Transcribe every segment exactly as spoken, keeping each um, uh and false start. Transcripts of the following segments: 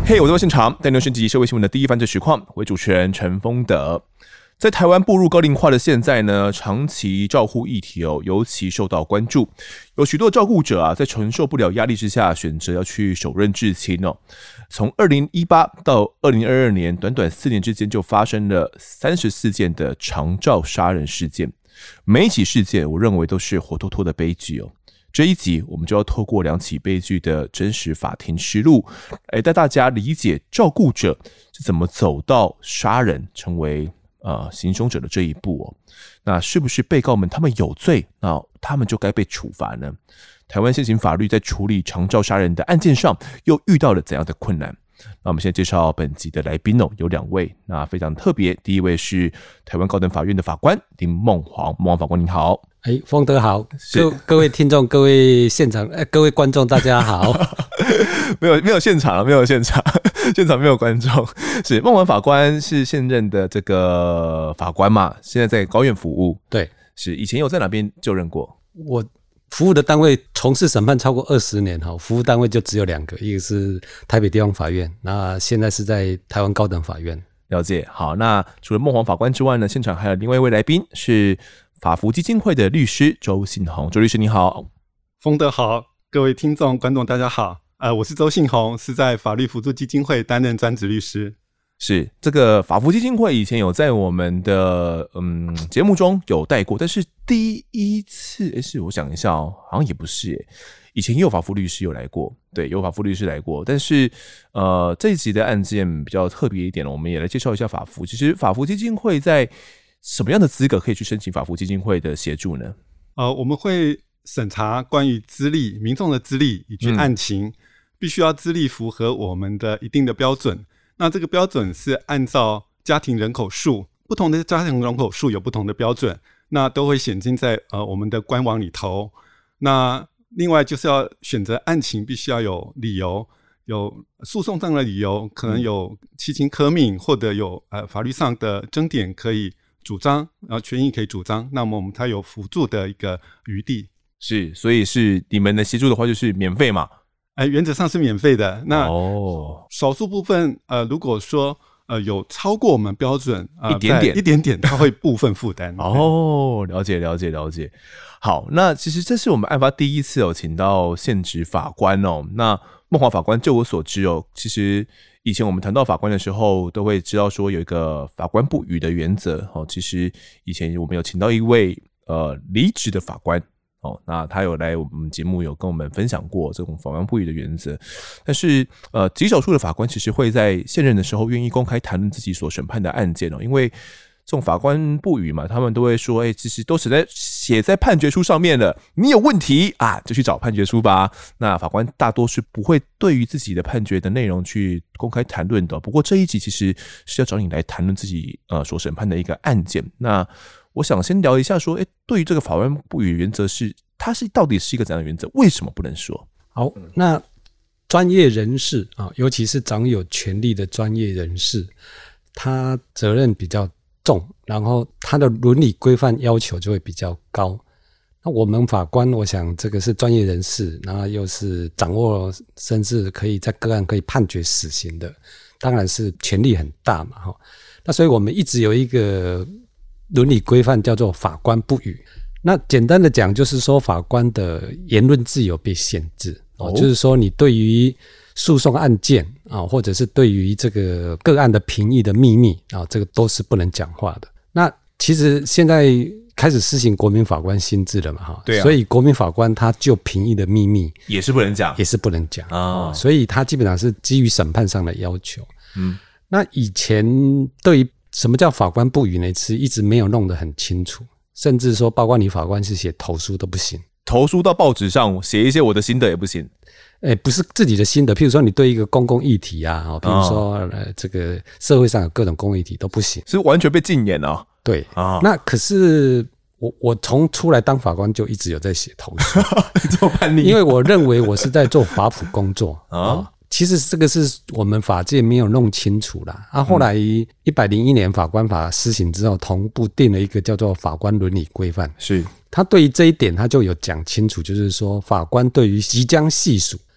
嘿、hey, 我在现场带您升级社会新闻的第一犯罪实况，为主持人陈丰德。在台湾步入高龄化的现在呢，长期照护议题哦，尤其受到关注。有许多照顾者啊，在承受不了压力之下，选择要去手刃至亲哦。从二零一八到二零二二年，短短四年之间，就发生了三十四件的长照杀人事件。每一起事件，我认为都是活脱脱的悲剧哦。这一集我们就要透过两起悲剧的真实法庭实录，来带大家理解照顾者是怎么走到杀人成为呃行凶者的这一步哦。那是不是被告们他们有罪，那他们就该被处罚呢？台湾现行法律在处理长照杀人的案件上又遇到了怎样的困难？那我们现在介绍本集的来宾哦，有两位，那非常特别。第一位是台湾高等法院的法官林孟煌，孟煌法官您好。 哎，丰德好，各各位听众、各位现场、呃、各位观众，大家好。 没有没有现场了，没有现场，现场没有观众。是孟煌法官是现任的这个法官嘛？现在在高院服务。 对， 是以前有在哪边就任过？ 我服务的单位从事审判超过二十年哈，服务单位就只有两个，一个是台北地方法院，那现在是在台湾高等法院。 了解。好，那除了孟煌法官之外呢，现场还有另外一位来宾是法扶基金会的律师周信宏。周律师你好。 丰德好，各位听众观众大家好。呃，我是周信宏，是在法律扶助基金会担任专职律师。 是这个法扶基金会以前有在我们的嗯节目中有带过，但是第一次诶是我想一下哦，好像也不是诶，以前也有法扶律师有来过，对，有法扶律师来过，但是呃这一集的案件比较特别一点，我们也来介绍一下法扶。其实法扶基金会在什么样的资格可以去申请法扶基金会的协助呢？ 呃，我们会审查关于资历、民众的资历以及案情，嗯、必须要资历符合我们的一定的标准。那这个标准是按照家庭人口数，不同的家庭人口数有不同的标准，那都会显进在呃我们的官网里头。那另外就是要选择案情，必须要有理由，有诉讼上的理由，可能有其情可悯，或者有呃法律上的争点可以主张，然后权益可以主张，那么我们才有辅助的一个余地。 是，所以是你们的协助的话，就是免费嘛？ 哎，原则上是免费的。那哦，少数部分呃，如果说呃有超过我们标准，呃、 一点点一点点，它会部分负担。 哦，了解了解了解。好，那其实这是我们案发第一次有请到现职法官哦。那孟煌法官，就我所知哦，其实以前我们谈到法官的时候，都会知道说有一个法官不语的原则哦。其实以前我们有请到一位呃离职的法官。哦，那他有来我们节目有跟我们分享过这种法官不语的原则，但是呃极少数的法官其实会在现任的时候愿意公开谈论自己所审判的案件哦，因为这种法官不语嘛，他们都会说，哎、欸，其实都写在写在判决书上面了，你有问题啊就去找判决书吧。那法官大多是不会对于自己的判决的内容去公开谈论的。不过这一集其实是要找你来谈论自己呃所审判的一个案件。那我想先聊一下说，哎，对于这个法官不语原则是，它是到底是一个怎样的原则？为什么不能说？ 好，那专业人士啊，尤其是掌有权力的专业人士，他责任比较重，然后他的伦理规范要求就会比较高。那我们法官，我想这个是专业人士，然后又是掌握甚至可以在个案可以判决死刑的，当然是权力很大嘛，哈。那所以我们一直有一个伦理规范叫做法官不语。那简单的讲就是说法官的言论自由被限制、哦、就是说你对于诉讼案件、哦、或者是对于这个个案的评议的秘密、哦、这个都是不能讲话的。那其实现在开始施行国民法官新制了嘛，哈，对啊，所以国民法官他就评议的秘密也是不能讲， 也是不能讲啊、哦，所以他基本上是基于审判上的要求。嗯，那以前对于什么叫法官不语呢？其实一直没有弄得很清楚，甚至说包括你法官是写投书都不行， 投书到报纸上写一些我的心得也不行。 欸、不是自己的心得，譬如说你对一个公共议题啊，譬如说、哦呃、这个社会上有各种公共议题都不行， 是完全被禁言哦。 对、哦、那可是我我从出来当法官就一直有在写投书， 这么叛逆， 因为我认为我是在做法普工作啊、哦。其实这个是我们法界没有弄清楚啦。啊，后来一百零一年法官法施行之后，同步定了一个叫做法官伦理规范。 是， 他对于这一点他就有讲清楚，就是说法官对于即将细数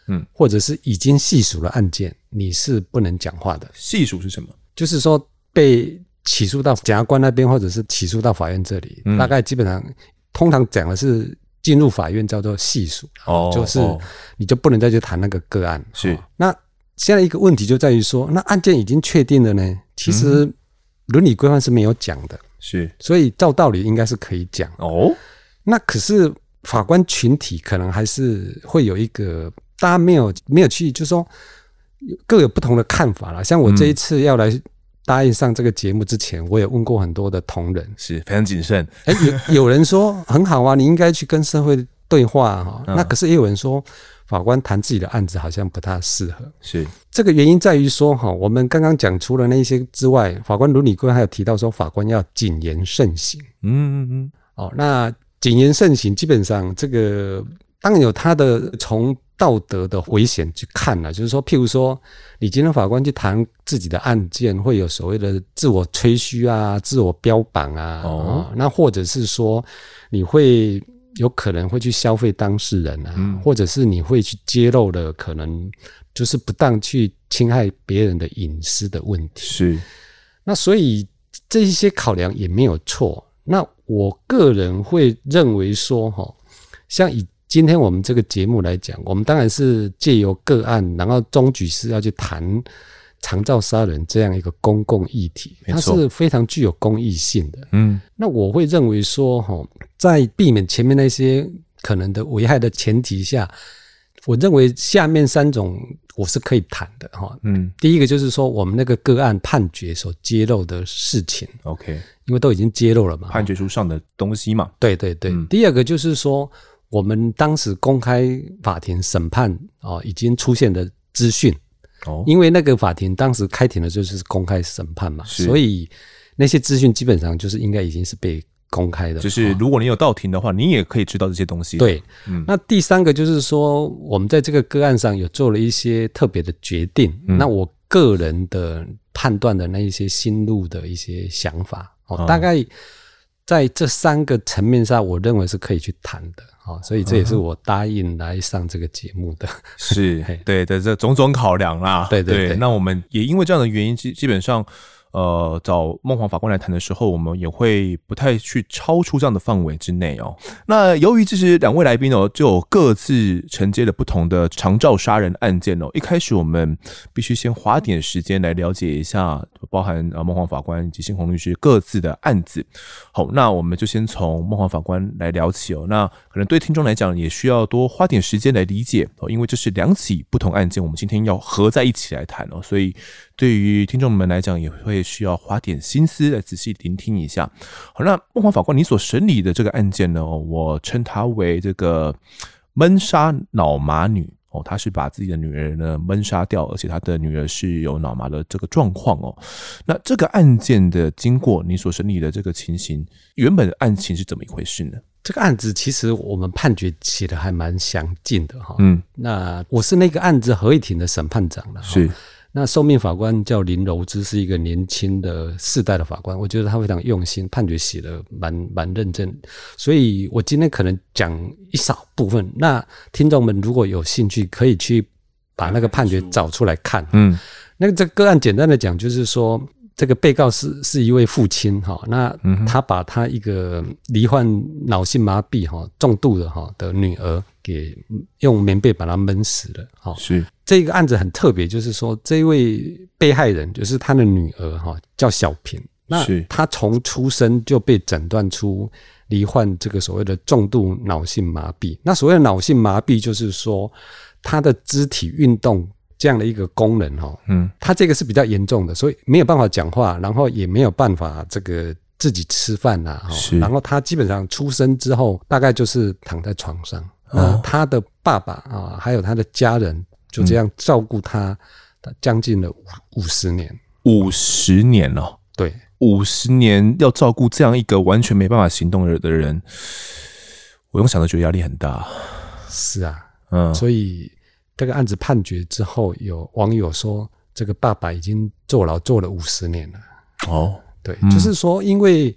嗯，或者是已经细数的案件，你是不能讲话的。 细数是什么？ 就是说被起诉到检察官那边，或者是起诉到法院这里，嗯、大概基本上通常讲的是进入法院叫做细数，哦，就是你就不能再去谈那个个案。 是、哦， 那现在一个问题就在于说，那案件已经确定了呢，其实伦理规范是没有讲的， 是、嗯， 所以照道理应该是可以讲哦。 那可是法官群体可能还是会有一个大家没有没有去，就是说各有不同的看法啦。像我这一次要来答应上这个节目之前，我也问过很多的同仁， 是非常谨慎。 哎、欸，有有人说很好啊，你应该去跟社会对话哈、嗯。那可是也有人说，法官谈自己的案子好像不太适合。 是这个原因在于说哈，我们刚刚讲除了那些之外，法官伦理规范还有提到说，法官要谨言慎行。 嗯嗯嗯。 哦，那谨言慎行，基本上这个当然有他的从道德的危险去看了，就是说，譬如说，你今天法官去谈自己的案件，会有所谓的自我吹嘘啊、自我标榜啊，哦，那或者是说，你会有可能会去消费当事人啊，嗯、或者是你会去揭露的可能就是不当去侵害别人的隐私的问题。 是， 那所以这一些考量也没有错。那我个人会认为说，哈，像以今天我们这个节目来讲，我们当然是借由个案，然后终局是要去谈长照杀人这样一个公共议题，它是非常具有公益性的。嗯，那我会认为说，哈，在避免前面那些可能的危害的前提下，我认为下面三种我是可以谈的哈。嗯，第一个就是说，我们那个个案判决所揭露的事情 ，OK， 因为都已经揭露了嘛， 判决书上的东西嘛。 对对对。嗯、第二个就是说，我们当时公开法庭审判哦，已经出现的资讯，哦，因为那个法庭当时开庭的就是公开审判嘛，所以那些资讯基本上就是应该已经是被公开的。 就是如果你有到庭的话，你也可以知道这些东西。 对，嗯，那第三个就是说，我们在这个个案上有做了一些特别的决定，嗯、那我个人的判断的那一些心路的一些想法，哦，嗯、大概在这三个层面上，我认为是可以去谈的。好，所以这也是我答应来上这个节目的。 是，对的，这种种考量啦。 对对 对, 对， 那我们也因为这样的原因，基基本上，呃，找孟煌法官来谈的时候，我们也会不太去超出这样的范围之内哦。那由于这是两位来宾哦，就各自承接了不同的长照杀人案件哦。一开始我们必须先花点时间来了解一下，包含呃孟煌法官以及新鸿律师各自的案子。好，那我们就先从孟煌法官来聊起哦。那可能对听众来讲，也需要多花点时间来理解哦，因为这是两起不同案件，我们今天要合在一起来谈哦，所以对于听众们来讲，也会需要花点心思来仔细聆听一下。好，那孟煌法官，你所审理的这个案件呢，我称它为这个闷杀脑麻女哦，他是把自己的女儿呢闷杀掉，而且他的女儿是有脑麻的这个状况哦。那这个案件的经过，你所审理的这个情形，原本的案情是怎么一回事呢？ 这个案子其实我们判决写的还蛮详尽的哈。嗯，那我是那个案子合议庭的审判长了。是。那受命法官叫林柔芝，是一个年轻的世代的法官，我觉得他非常用心，判决写的蛮蛮认真，所以我今天可能讲一少部分，那听众们如果有兴趣，可以去把那个判决找出来看。嗯，那个这个个案简单的讲，就是说这个被告是是一位父亲哈，那他把他一个罹患脑性麻痹哈重度的哈的女儿给用棉被把她闷死了哈。是。这个案子很特别，就是说这位被害人就是他的女儿哈，叫小平。那她从出生就被诊断出罹患这个所谓的重度脑性麻痹。那所谓的脑性麻痹，就是说她的肢体运动这样的一个功能哈，嗯，她这个是比较严重的，所以没有办法讲话，然后也没有办法这个自己吃饭呐，然后她基本上出生之后大概就是躺在床上。那她的爸爸啊，还有她的家人。就这样照顾他，将近了五十年。五十年哦， 对， 五十年要照顾这样一个完全没办法行动的人，我用想的觉得压力很大。 是啊，嗯，所以这个案子判决之后，有网友说，这个爸爸已经坐牢坐了五十年了。哦，对，嗯、就是说，因为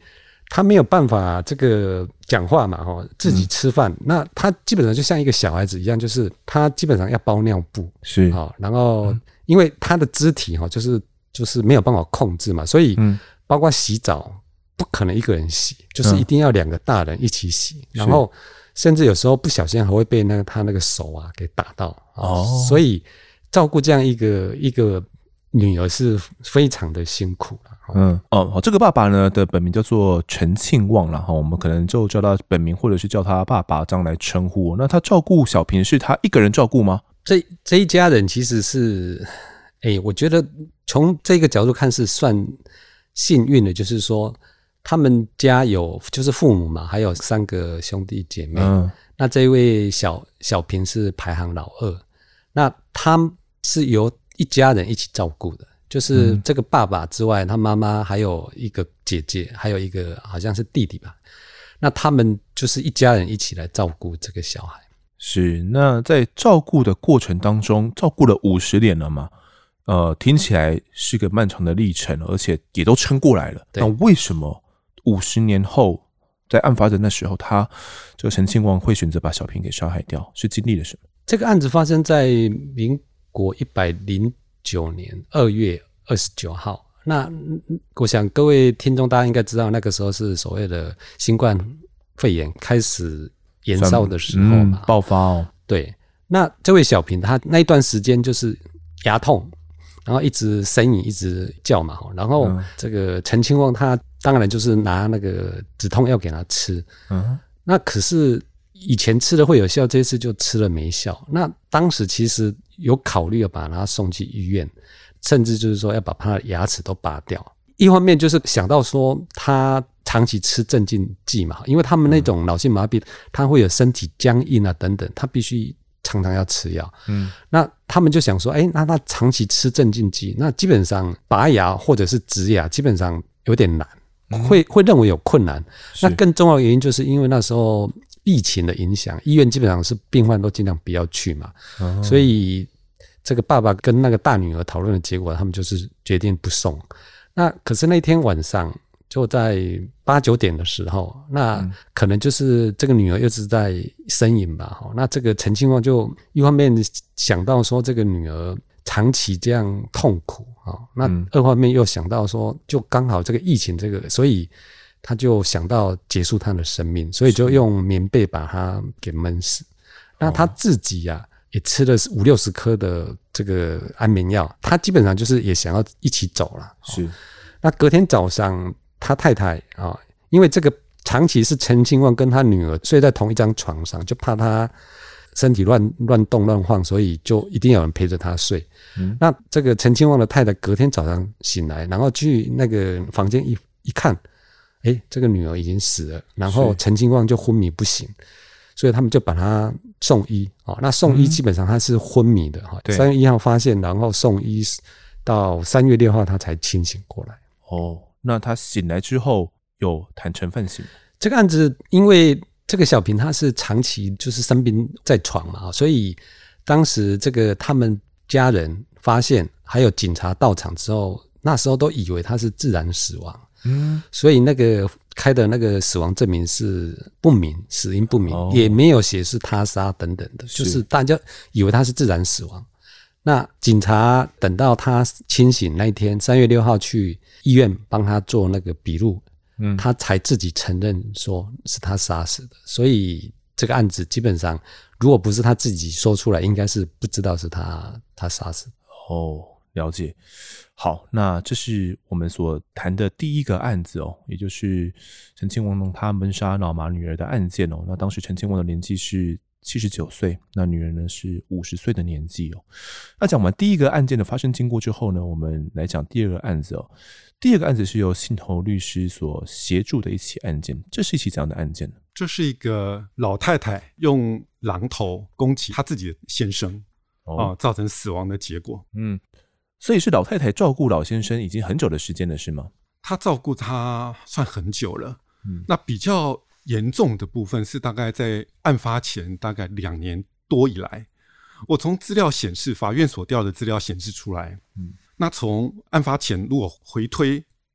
他没有办法这个讲话嘛，哦，自己吃饭，嗯、那他基本上就像一个小孩子一样，就是他基本上要包尿布， 是好、哦，然后因为他的肢体哈、哦，就是就是没有办法控制嘛，所以包括洗澡不可能一个人洗，就是一定要两个大人一起洗，嗯、然后甚至有时候不小心还会被那个他那个手啊给打到，哦，所以照顾这样一个一个女儿是非常的辛苦了。 嗯哦，这个爸爸呢的本名叫做陈庆旺啦，我们可能就叫他本名，或者是叫他爸爸这样来称呼。那他照顾小平是他一个人照顾吗？ 这这一家人其实是，哎，我觉得从这个角度看是算幸运的，就是说他们家有就是父母嘛，还有三个兄弟姐妹。嗯、那这一位小小平是排行老二，那他是由一家人一起照顾的。就是这个爸爸之外，他妈妈还有一个姐姐，还有一个好像是弟弟吧。那他们就是一家人一起来照顾这个小孩。 是，那在照顾的过程当中，照顾了五十年了嘛？呃，听起来是个漫长的历程，而且也都撑过来了。那为什么五十年后，在案发的那时候，他这个陈庆旺会选择把小平给杀害掉？是经历了什么？ 这个案子发生在民国一百零九年二月二十九号，那我想各位听众大家应该知道，那个时候是所谓的新冠肺炎开始延烧的时候嘛， 嗯、爆发哦。 对，那这位小平他那一段时间就是牙痛，然后一直呻吟，一直叫嘛，然后这个陈庆旺他当然就是拿那个止痛药给他吃，嗯，那可是以前吃了会有效，这次就吃了没效。那当时其实有考虑要把他送去医院，甚至就是说要把他的牙齿都拔掉。一方面就是想到说他长期吃镇静剂嘛，因为他们那种脑性麻痹，他会有身体僵硬啊等等，他必须常常要吃药。嗯，那他们就想说，哎，那他长期吃镇静剂，那基本上拔牙或者是植牙基本上有点难，会会认为有困难。那更重要的原因就是因为那时候疫情的影响，医院基本上是病患都尽量不要去嘛，哦、所以这个爸爸跟那个大女儿讨论的结果，他们就是决定不送。那可是那天晚上就在八九点的时候，那可能就是这个女儿又是在呻吟吧，那这个陈庆旺就一方面想到说这个女儿长期这样痛苦，那二方面又想到说就刚好这个疫情这个，所以他就想到结束他的生命，所以就用棉被把他给闷死。那他自己啊也吃了五六十颗的这个安眠药，他基本上就是也想要一起走了。 是， 那隔天早上他太太啊，因为这个长期是陈庆旺跟他女儿睡在同一张床上，就怕他身体乱乱动乱晃，所以就一定要有人陪着他睡。嗯、那这个陈庆旺的太太隔天早上醒来，然后去那个房间一一看，哎，这个女儿已经死了，然后陈庆旺就昏迷不醒，所以他们就把他送医。哦、那送医基本上他是昏迷的，三、嗯、月一号发现，然后送医到三月六号他才清醒过来。 哦，那他醒来之后有坦诚犯行？ 这个案子因为这个小平他是长期就是生病在床嘛，所以当时这个他们家人发现还有警察到场之后，那时候都以为他是自然死亡。嗯，所以那个开的那个死亡证明是不明，死因不明，哦、也没有写是他杀等等的，是就是大家以为他是自然死亡。那警察等到他清醒那一天，三月六号去医院帮他做那个笔录，嗯，他才自己承认说是他杀死的。所以这个案子基本上，如果不是他自己说出来，应该是不知道是他他杀死的。 哦，了解。好，那这是我们所谈的第一个案子哦，也就是陈庆旺他闷杀脑麻女儿的案件哦。那当时陈庆旺的年纪是七十九岁，那女人呢是五十岁的年纪哦。那讲完第一个案件的发生经过之后呢，我们来讲第二个案子哦。第二个案子是由信头律师所协助的一起案件，这是一起怎样的案件呢？ 这是一个老太太用榔头攻击她自己的先生，哦呃、造成死亡的结果。 嗯。所以是老太太照顾老先生已经很久的时间了，是吗？ 她照顾他算很久了。嗯，那比较严重的部分是大概在案发前大概两年多以来，我从资料显示，法院所调的资料显示出来，嗯，那从案发前如果回推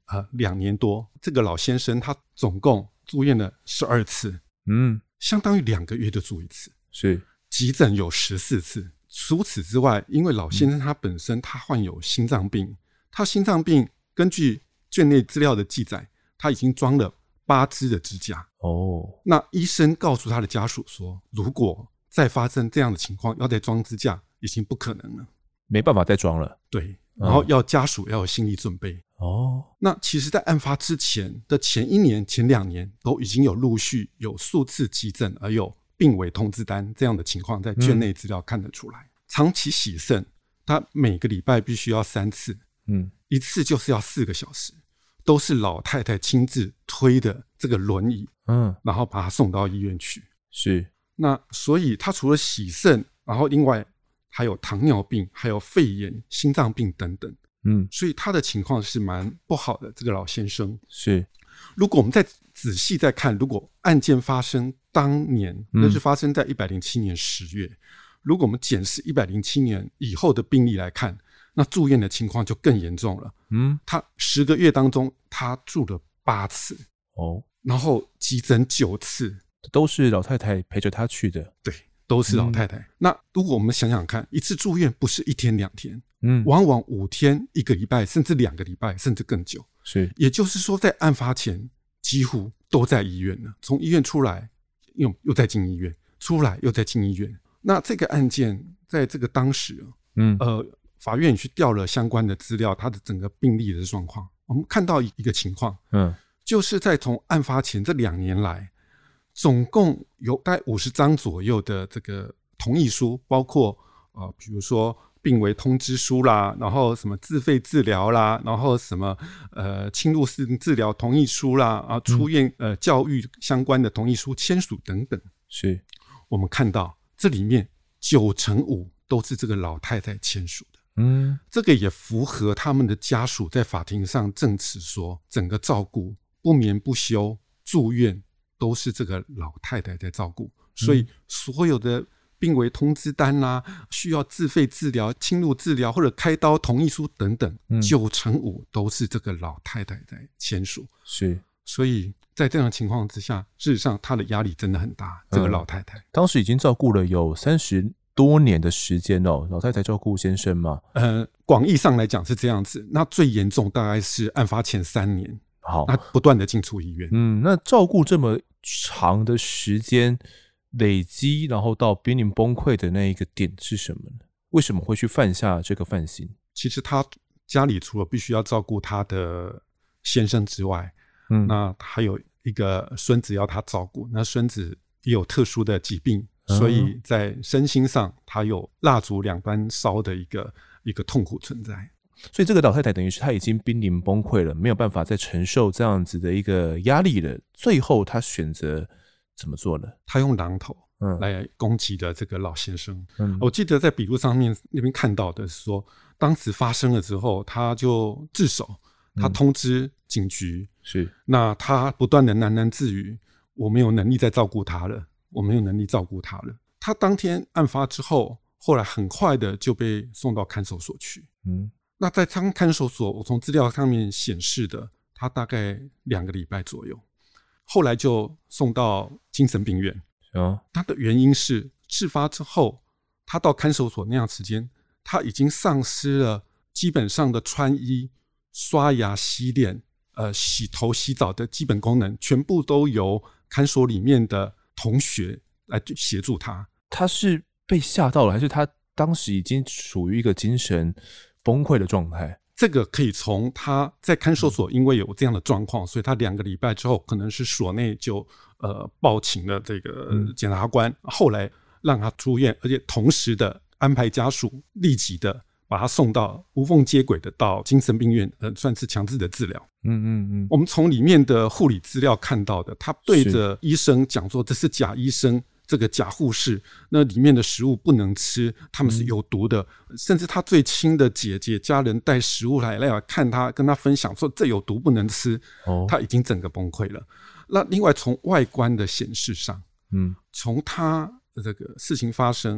呃两年多。这个老先生他总共住院了十二次， 嗯， 相当于两个月就住一次， 是急诊有十四次。除此之外，因为老先生他本身他患有心脏病，他心脏病根据卷内资料的记载，他已经装了八支的支架。 哦， 那医生告诉他的家属说，如果再发生这样的情况，要再装支架已经不可能了， 没办法再装了。 对，然后要家属要有心理准备。 哦， 那其实在案发之前的前一年前两年都已经有陆续有数次急诊而有病危通知单这样的情况在卷内资料看得出来。嗯、长期洗肾他每个礼拜必须要三次，嗯，一次就是要四个小时，都是老太太亲自推的这个轮椅，嗯，然后把她送到医院去。 是， 那所以他除了洗肾，然后另外还有糖尿病，还有肺炎、心脏病等等，嗯，所以他的情况是蛮不好的。这个老先生是，如果我们再仔细再看，如果案件发生当年，嗯、那是发生在一百零七年十月，如果我们检视一百零七年以后的病例来看，那住院的情况就更严重了。嗯，他十个月当中，他住了八次，哦，然后急诊九次。 都是老太太陪着他去的， 对，都是老太太。嗯、那如果我们想想看，一次住院不是一天两天，嗯，往往五天、一个礼拜，甚至两个礼拜，甚至更久。 是， 也就是说，在案发前几乎都在医院了，从医院出来又又再进医院，出来又再进医院。那这个案件在这个当时，嗯，呃，法院也去调了相关的资料，他的整个病历的状况，我们看到一个情况，嗯，就是在从案发前这两年来。总共有大概五十张左右的这个同意书，包括呃，比如说病危通知书啦，然后什么自费治疗啦，然后什么呃侵入性治疗同意书啦，啊，出院呃教育相关的同意书签署等等。 是， 我们看到这里面九成五都是这个老太太签署的。嗯，这个也符合他们的家属在法庭上证词说，整个照顾不眠不休住院。都是这个老太太在照顾，所以所有的病危通知单啦、啊，需要自费治疗、侵入治疗或者开刀同意书等等，九成五都是这个老太太在签署。 是， 所以在这样的情况之下，事实上她的压力真的很大。这个老太太、 嗯、当时已经照顾了有三十多年的时间哦，老太太照顾先生嘛。 呃，广义上来讲是这样子，那最严重大概是案发前三年。 好， 那不断的进出医院。 嗯，那照顾这么长的时间累积，然后到濒临崩溃的那一个点是什么呢？为什么会去犯下这个犯行？ 其实他家里除了必须要照顾他的先生之外，嗯，那还有一个孙子要他照顾，那孙子也有特殊的疾病，嗯、所以在身心上他有蜡烛两端烧的一个一个痛苦存在。 所以这个老太太等于是她已经濒临崩溃了，没有办法再承受这样子的一个压力了。最后她选择怎么做呢？ 她用榔头来攻击的这个老先生。嗯、我记得在笔录上面那边看到的是说，当时发生了之后，他就自首，他通知警局，嗯、是那他不断的喃喃自语：“我没有能力再照顾他了，我没有能力照顾他了。”他当天案发之后，后来很快的就被送到看守所去。嗯。那在看看守所，我从资料上面显示的，他大概两个礼拜左右，后来就送到精神病院。哦，他的原因是事发之后，他到看守所那样时间，他已经丧失了基本上的穿衣、刷牙、洗脸、呃洗头、洗澡的基本功能，全部都由看守里面的同学来协助他。 他是被吓到了，还是他当时已经处于一个精神崩溃的状态？ 这个可以从他在看守所因为有这样的状况，所以他两个礼拜之后可能是所内就呃报请了这个检察官，嗯、后来让他出院，而且同时的安排家属立即的把他送到无缝接轨的到精神病院，呃，算是强制的治疗。嗯嗯嗯。我们从里面的护理资料看到的，他对着医生讲说这是假医生。这个假护士，那里面的食物不能吃，他们是有毒的。嗯、甚至他最亲的姐姐家人带食物来来看他，跟他分享说这有毒不能吃，哦、他已经整个崩溃了。那另外从外观的显示上，嗯，从他这个事情发生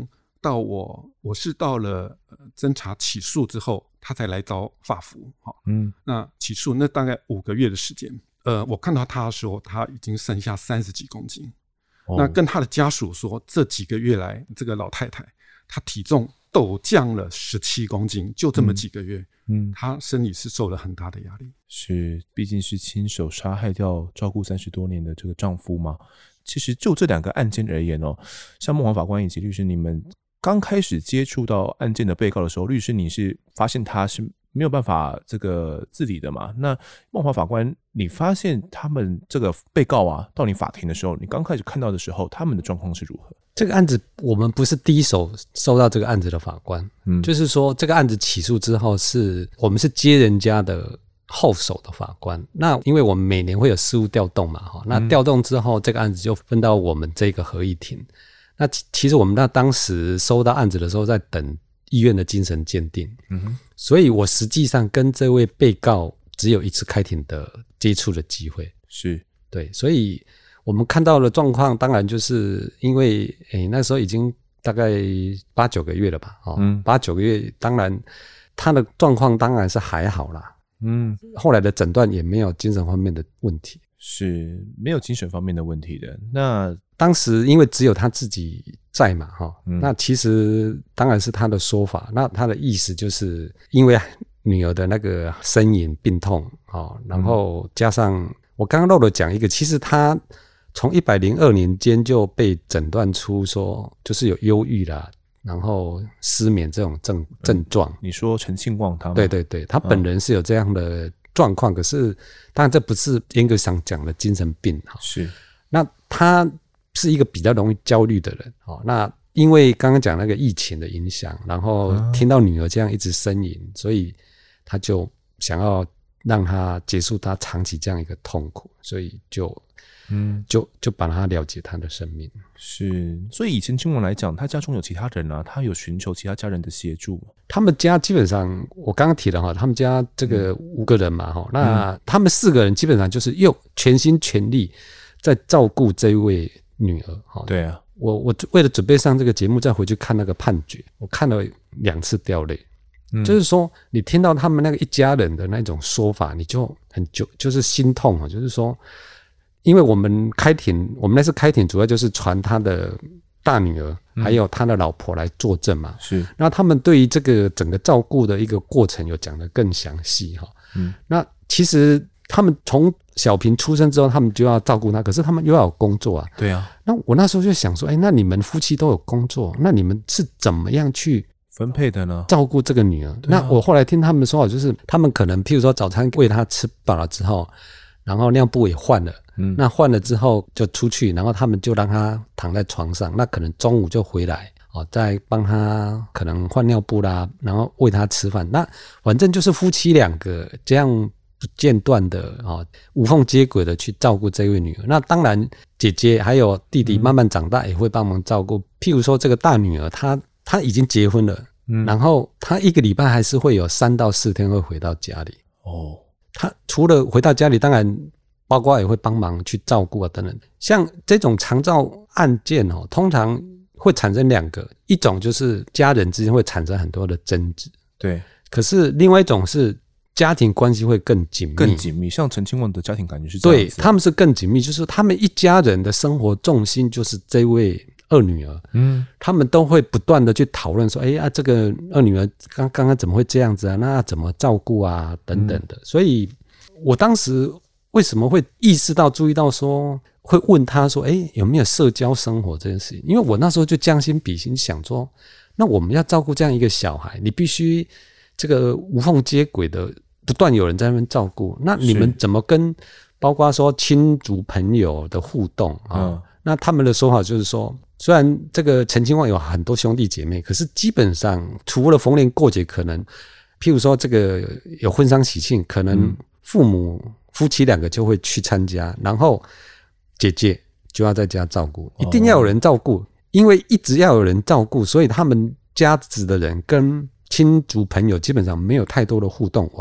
到我我是到了、呃、侦查起诉之后，他才来找法服。好，嗯，那起诉那大概五个月的时间。呃，我看到他的时候，他已经剩下三十几公斤。哦、那跟他的家属说，这几个月来，这个老太太她体重陡降了十七公斤，就这么几个月。嗯，她身体是受了很大的压力。 是，毕竟是亲手杀害掉照顾三十多年的这个丈夫嘛。其实就这两个案件而言哦，像孟煌法官以及律师，你们刚开始接触到案件的被告的时候，律师你是发现他是没有办法这个自理的嘛？那孟煌法官，你发现他们这个被告啊，到你法庭的时候，你刚开始看到的时候，他们的状况是如何？ 这个案子我们不是第一手收到这个案子的法官，嗯，就是说这个案子起诉之后是，我们是接人家的后手的法官。那因为我们每年会有事务调动嘛，那调动之后，这个案子就分到我们这个合议庭。那其实我们那当时收到案子的时候，在等医院的精神鉴定，嗯哼，所以我实际上跟这位被告只有一次开庭的接触的机会， 是对，所以我们看到的状况，当然就是因为诶那时候已经大概八九个月了吧，哦，嗯，八九个月，当然他的状况当然是还好啦，嗯，后来的诊断也没有精神方面的问题， 是没有精神方面的问题的。那当时因为只有他自己在嘛，嗯，那其实当然是他的说法，那他的意思就是因为女儿的那个呻吟病痛，然后加上我刚刚漏了讲一个，其实他从一百零二年间就被诊断出说就是有忧郁啦，然后失眠这种症症状，嗯。 你说陈庆旺他吗？ 对对对，他本人是有这样的状况，嗯，可是当然这不是严格上讲的精神病。 是， 那他是一个比较容易焦虑的人。那因为刚刚讲那个疫情的影响，然后听到女儿这样一直呻吟，所以他就想要让他结束他长期这样一个痛苦，所以就嗯，就就把他了结他的生命。 是，所以以前亲王来讲，他家中有其他人啊，他有寻求其他家人的协助吗？ 他们家基本上，我刚刚提了哈，他们家这个五个人嘛，哈，那他们四个人基本上就是用全心全力在照顾这位女儿。哈， 对啊， 我我为了准备上这个节目，再回去看那个判决，我看了两次掉泪。嗯，就是说，你听到他们那个一家人的那种说法，你就很就就是心痛啊。就是说，因为我们开庭，我们那次开庭主要就是传他的大女儿还有他的老婆来作证嘛。 是， 那他们对于这个整个照顾的一个过程有讲得更详细哈。嗯，那其实他们从小平出生之后，他们就要照顾他，可是他们又要有工作啊。 对啊。 那我那时候就想说，哎，那你们夫妻都有工作，那你们是怎么样去分配的呢？ 照顾这个女儿。啊，那我后来听他们说，就是他们可能譬如说早餐喂她吃饱了之后，然后尿布也换了，嗯，那换了之后就出去，然后他们就让她躺在床上，那可能中午就回来，哦，再帮她可能换尿布啦，然后喂她吃饭。那反正就是夫妻两个这样不间断的，哦，无缝接轨的去照顾这位女儿。那当然姐姐还有弟弟慢慢长大也会帮忙照顾，嗯，譬如说这个大女儿她她已经结婚了，嗯，然后她一个礼拜还是会有三到四天会回到家里。哦，她除了回到家里，当然包括也会帮忙去照顾啊等等。像这种长照案件哦，通常会产生两个，一种就是家人之间会产生很多的争执， 对。 可是另外一种是家庭关系会更紧密， 更紧密。像陈清旺的家庭感觉是这样子， 对，他们是更紧密，就是他们一家人的生活重心就是这位二女儿，嗯，他们都会不断的去讨论说，哎呀，这个二女儿刚刚刚怎么会这样子啊？那怎么照顾啊？等等的。嗯，所以我当时为什么会意识到、注意到说，会问他说，哎，有没有社交生活这件事情？因为我那时候就将心比心，想说，那我们要照顾这样一个小孩，你必须这个无缝接轨的，不断有人在那边照顾，那你们怎么跟包括说亲族朋友的互动啊？嗯，那他们的说法就是说，虽然这个陈清旺有很多兄弟姐妹，可是基本上除了逢年过节，可能譬如说这个有婚丧喜庆，可能父母夫妻两个就会去参加，然后姐姐就要在家照顾，一定要有人照顾，因为一直要有人照顾，所以他们家子的人跟亲族朋友基本上没有太多的互动往来。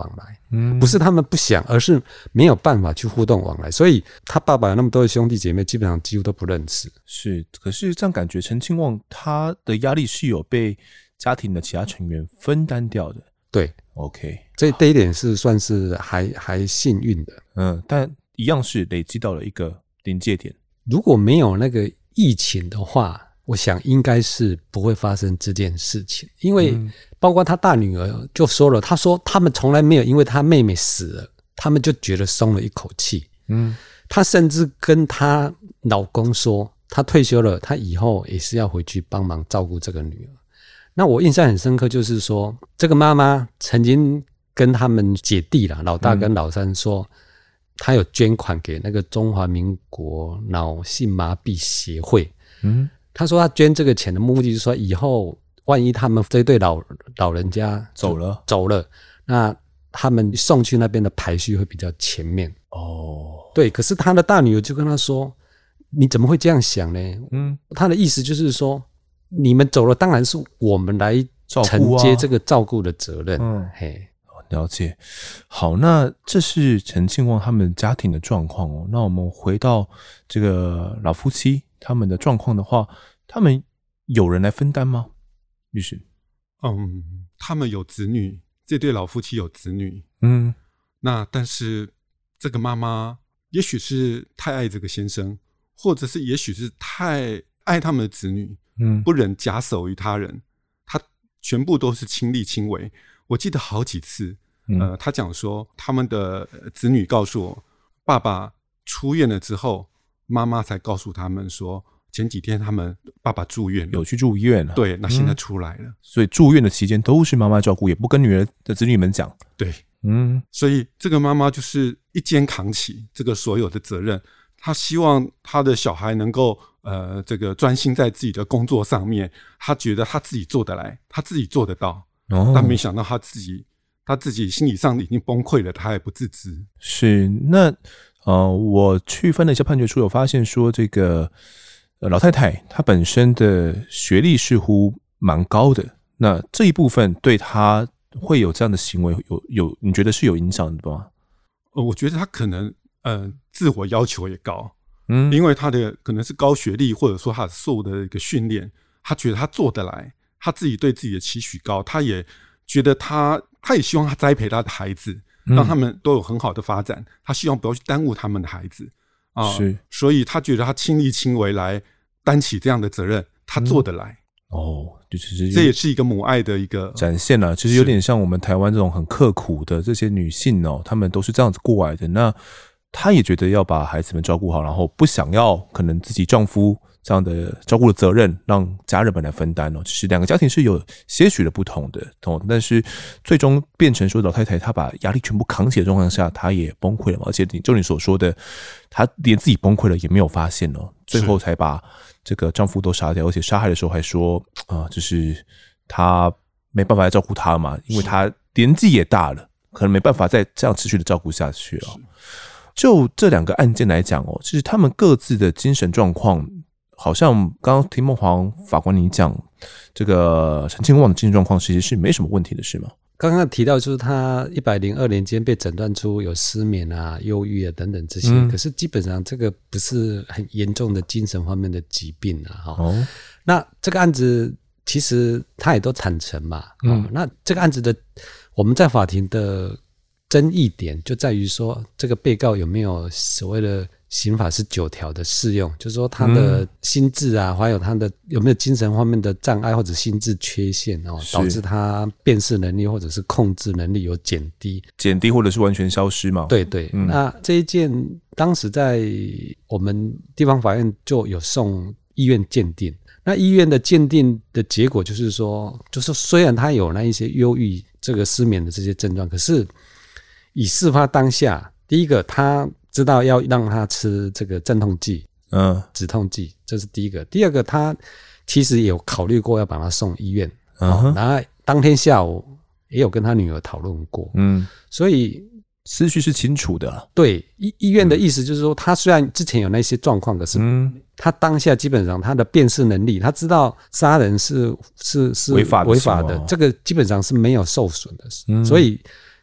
嗯，不是他们不想，而是没有办法去互动往来。所以他爸爸有那么多的兄弟姐妹，基本上几乎都不认识。 是，可是这样感觉陈庆旺他的压力是有被家庭的其他成员分担掉的。 对 ，OK， 这这一点是算是还还幸运的。 嗯，但一样是累积到了一个临界点。 如果没有那个疫情的话，我想应该是不会发生这件事情，因为包括他大女儿就说了，他说他们从来没有因为他妹妹死了，他们就觉得松了一口气。嗯，他甚至跟他老公说，他退休了，他以后也是要回去帮忙照顾这个女儿。那我印象很深刻，就是说这个妈妈曾经跟他们姐弟啦，老大跟老三说，他有捐款给那个中华民国脑性麻痹协会。嗯。他说他捐这个钱的目的是说，以后万一他们这对老老人家走了走了，那他们送去那边的排序会比较前面。哦，对。可是他的大女儿就跟他说：“你怎么会这样想呢？”嗯，他的意思就是说，你们走了，当然是我们来承接这个照顾的责任。嗯，嘿， 了解。好，那这是陈庆旺他们家庭的状况哦。那我们回到这个老夫妻。他们的状况的话，他们有人来分担吗？律师， 嗯，他们有子女，这对老夫妻有子女， 嗯， 那但是这个妈妈也许是太爱这个先生，或者是也许是太爱他们的子女，嗯，不忍假手于他人，他全部都是亲力亲为。我记得好几次，呃，他讲说他们的子女告诉我，爸爸出院了之后。妈妈才告诉他们说，前几天他们爸爸住院了， 有去住院了。 对，那现在出来了，嗯、 所以住院的期间都是妈妈照顾，也不跟女儿的子女们讲。 对，嗯，所以这个妈妈就是一肩扛起这个所有的责任。她希望她的小孩能够呃，这个专心在自己的工作上面，她觉得她自己做得来，她自己做得到。哦，但没想到她自己，她自己心理上已经崩溃了，她也不自知。 是那。呃，我去翻了一下判决书，有发现说这个、呃、老太太她本身的学历似乎蛮高的，那这一部分对她会有这样的行为有有，你觉得是有影响的吗？ 呃，我觉得她可能呃自我要求也高，嗯，因为她的可能是高学历，或者说她受的一个训练，她觉得她做得来，她自己对自己的期许高，她也觉得她她也希望她栽培她的孩子。让他们都有很好的发展，他希望不要去耽误他们的孩子啊， 是， 所以他觉得他亲力亲为来担起这样的责任，他做得来。 嗯、哦，就是这也是一个母爱的一个展现了，其实有点像我们台湾这种很刻苦的这些女性哦，她们都是这样子过来的。那她也觉得要把孩子们照顾好，然后不想要可能自己丈夫这样的照顾的责任让家人们来分担哦，其实两个家庭是有些许的不同的，但是最终变成说老太太她把压力全部扛起的状况下，她也崩溃了嘛，而且就你所说的，她连自己崩溃了也没有发现哦，最后才把这个丈夫都杀掉，而且杀害的时候还说啊、呃，就是她没办法再照顾他嘛，因为她年纪也大了，可能没办法再这样持续的照顾下去了。就这两个案件来讲哦，其实他们各自的精神状况。好像刚刚听孟煌法官你讲，这个陈庆旺的精神状况其实是没什么问题的，是吗？ 刚刚提到就是他一百零二年间被诊断出有失眠啊、忧郁啊等等这些、嗯，可是基本上这个不是很严重的精神方面的疾病啊。哦，那这个案子其实他也都坦诚嘛。嗯，那这个案子的我们在法庭的争议点就在于说，这个被告有没有所谓的。刑法是九条的适用，就是说他的心智啊，还有他的有没有精神方面的障碍或者心智缺陷哦，导致他辨识能力或者是控制能力有减低， 减低或者是完全消失嘛？ 对对、嗯。那这一件当时在我们地方法院就有送医院鉴定，那医院的鉴定的结果就是说，就是虽然他有那一些忧郁、这个失眠的这些症状，可是以事发当下，第一个他。知道要让他吃这个镇痛剂，嗯，止痛剂，这是第一个。第二个，他其实也有考虑过要把他送医院，嗯、哦，然后当天下午也有跟他女儿讨论过，嗯，所以思绪是清楚的。 对，医医院的意思就是说，他虽然之前有那些状况，可是他当下基本上他的辨识能力，他知道杀人是是是违法的违法的，这个基本上是没有受损的，嗯、所以。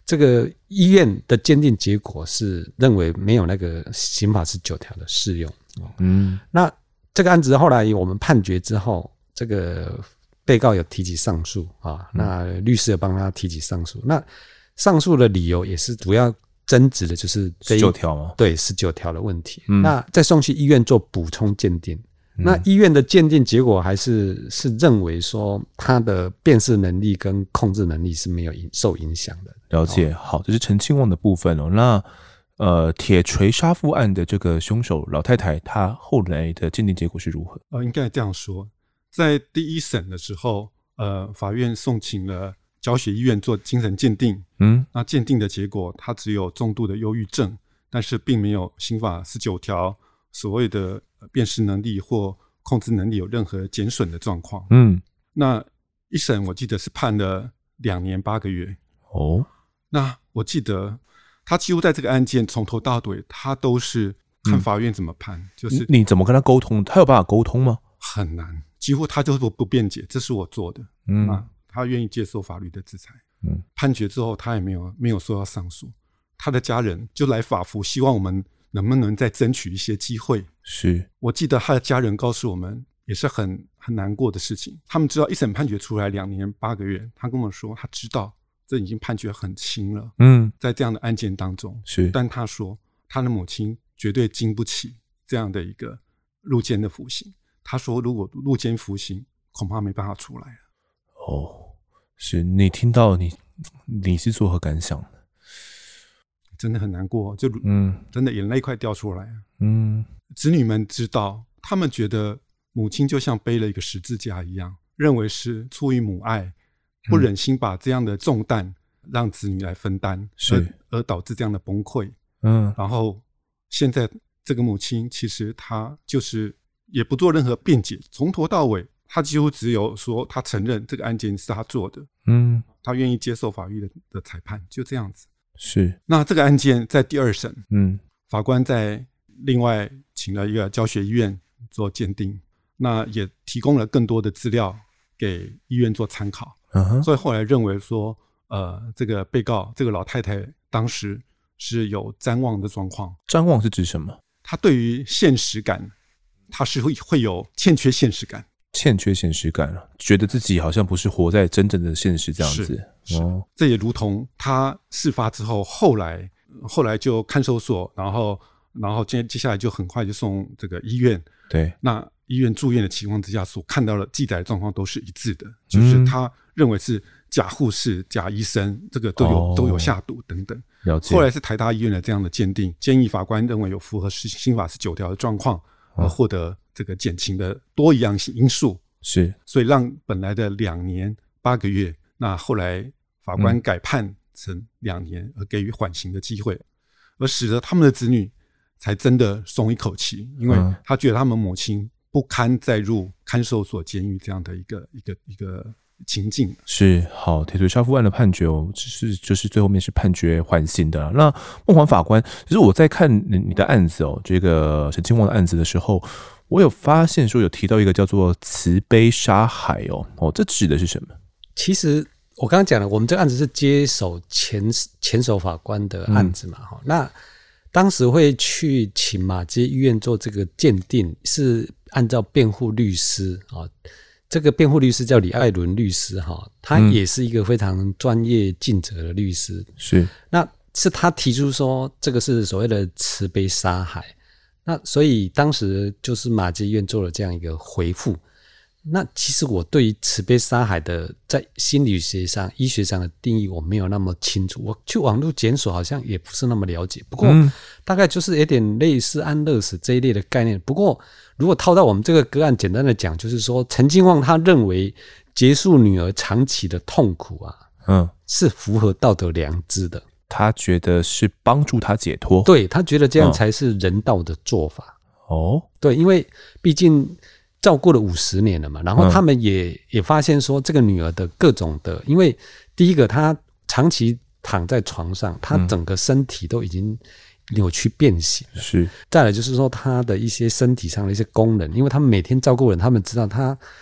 这个医院的鉴定结果是认为没有那个刑法十九条的适用。 嗯， 那这个案子后来我们判决之后，这个被告有提起上诉啊，那律师有帮他提起上诉。那上诉的理由也是主要争执的就是这十九条吗？ 对，十九条的问题。 嗯、 那再送去医院做补充鉴定。那医院的鉴定结果还是是认为说他的辨识能力跟控制能力是没有受影响的。 了解，好，这是陈清旺的部分哦。那呃，铁锤杀夫案的这个凶手老太太，她后来的鉴定结果是如何？ 呃，应该这样说，在第一审的时候，呃，法院送请了教学医院做精神鉴定。 嗯， 那鉴定的结果，他只有重度的忧郁症，但是并没有刑法十九条所谓的辨识能力或控制能力有任何减损的状况。 嗯， 那一审我记得是判了两年八个月。 哦， 那我记得他几乎在这个案件从头到尾，他都是看法院怎么判，嗯、就是你怎么跟他沟通？他有办法沟通吗？ 很难，几乎他就是不辩解，这是我做的。 嗯， 那他愿意接受法律的制裁。 嗯， 判决之后，他也没有没有说要上诉，他的家人就来法服，希望我们能不能再争取一些机会。 是， 我记得他的家人告诉我们，也是很很难过的事情。他们知道一审判决出来两年八个月，他跟我说他知道这已经判决很轻了。 嗯， 在这样的案件当中， 是， 但他说他的母亲绝对经不起这样的一个入监的服刑。他说如果入监服刑，恐怕没办法出来了。 哦，是，你听到你你是作何感想的？ 真的很难过，就嗯， 真的眼泪快掉出来了。 嗯， 子女们知道，他们觉得母亲就像背了一个十字架一样，认为是出于母爱，不忍心把这样的重担让子女来分担， 是而而导致这样的崩溃。 嗯， 然后现在这个母亲其实她就是也不做任何辩解，从头到尾她几乎只有说她承认这个案件是她做的， 嗯， 她愿意接受法律 的, 的裁判，就这样子。 是， 那这个案件在第二审， 嗯， 法官在另外请了一个教学医院做鉴定，那也提供了更多的资料给医院做参考。 嗯哼， 所以后来认为说，呃，这个被告这个老太太当时是有谵妄的状况。 谵妄是指什么？ 她对于现实感，她是会会有欠缺现实感， 欠缺现实感，觉得自己好像不是活在真正的现实这样子。 是是哦， 这也如同她事发之后，后来后来就看守所，然后然后接接下来就很快就送这个医院。 对， 那医院住院的情况之下，所看到的记载的状况都是一致的，就是他认为是假护士、假医生，这个都有、哦、都有下毒等等。 了解。 后来是台大医院的这样的鉴定，建议法官认为有符合刑法十九条的状况，而获得这个减轻的多一样因素。 是， 所以让本来的两年八个月，那后来法官改判成两年，而给予缓刑的机会，嗯、而使得他们的子女才真的松一口气，因为他觉得他们母亲不堪再入看守所、监狱这样的一个一个一个情境。 是，好，铁锤杀夫案的判决哦，就是就是最后面是判决缓刑的。那孟煌法官，其实我在看你的案子哦，这个陈清旺的案子的时候，我有发现说有提到一个叫做慈悲杀海哦，哦，这指的是什么？ 其实我刚刚讲了，我们这个案子是接手前前手法官的案子嘛，嗯、那。当时会去请马偕医院做这个鉴定，是按照辩护律师啊，这个辩护律师叫李爱伦律师哈，他也是一个非常专业尽责的律师。是，那是他提出说这个是所谓的慈悲杀海，那所以当时就是马偕医院做了这样一个回复。那其实我对于慈悲杀海的在心理学上、医学上的定义我没有那么清楚，我去网络检索好像也不是那么了解。不过大概就是有点类似安乐死这一类的概念。不过如果套到我们这个个案，简单的讲，就是说陈清旺他认为结束女儿长期的痛苦啊，嗯，是符合道德良知的。 他觉得是帮助他解脱， 对，他觉得这样才是人道的做法。 哦， 对，因为毕竟。照顾了五十年了嘛，然后他们也、嗯、也发现说，这个女儿的各种的，因为第一个她长期躺在床上，她整个身体都已经扭曲变形了。是，再来就是说她的一些身体上的一些功能，因为他们每天照顾人，他们知道她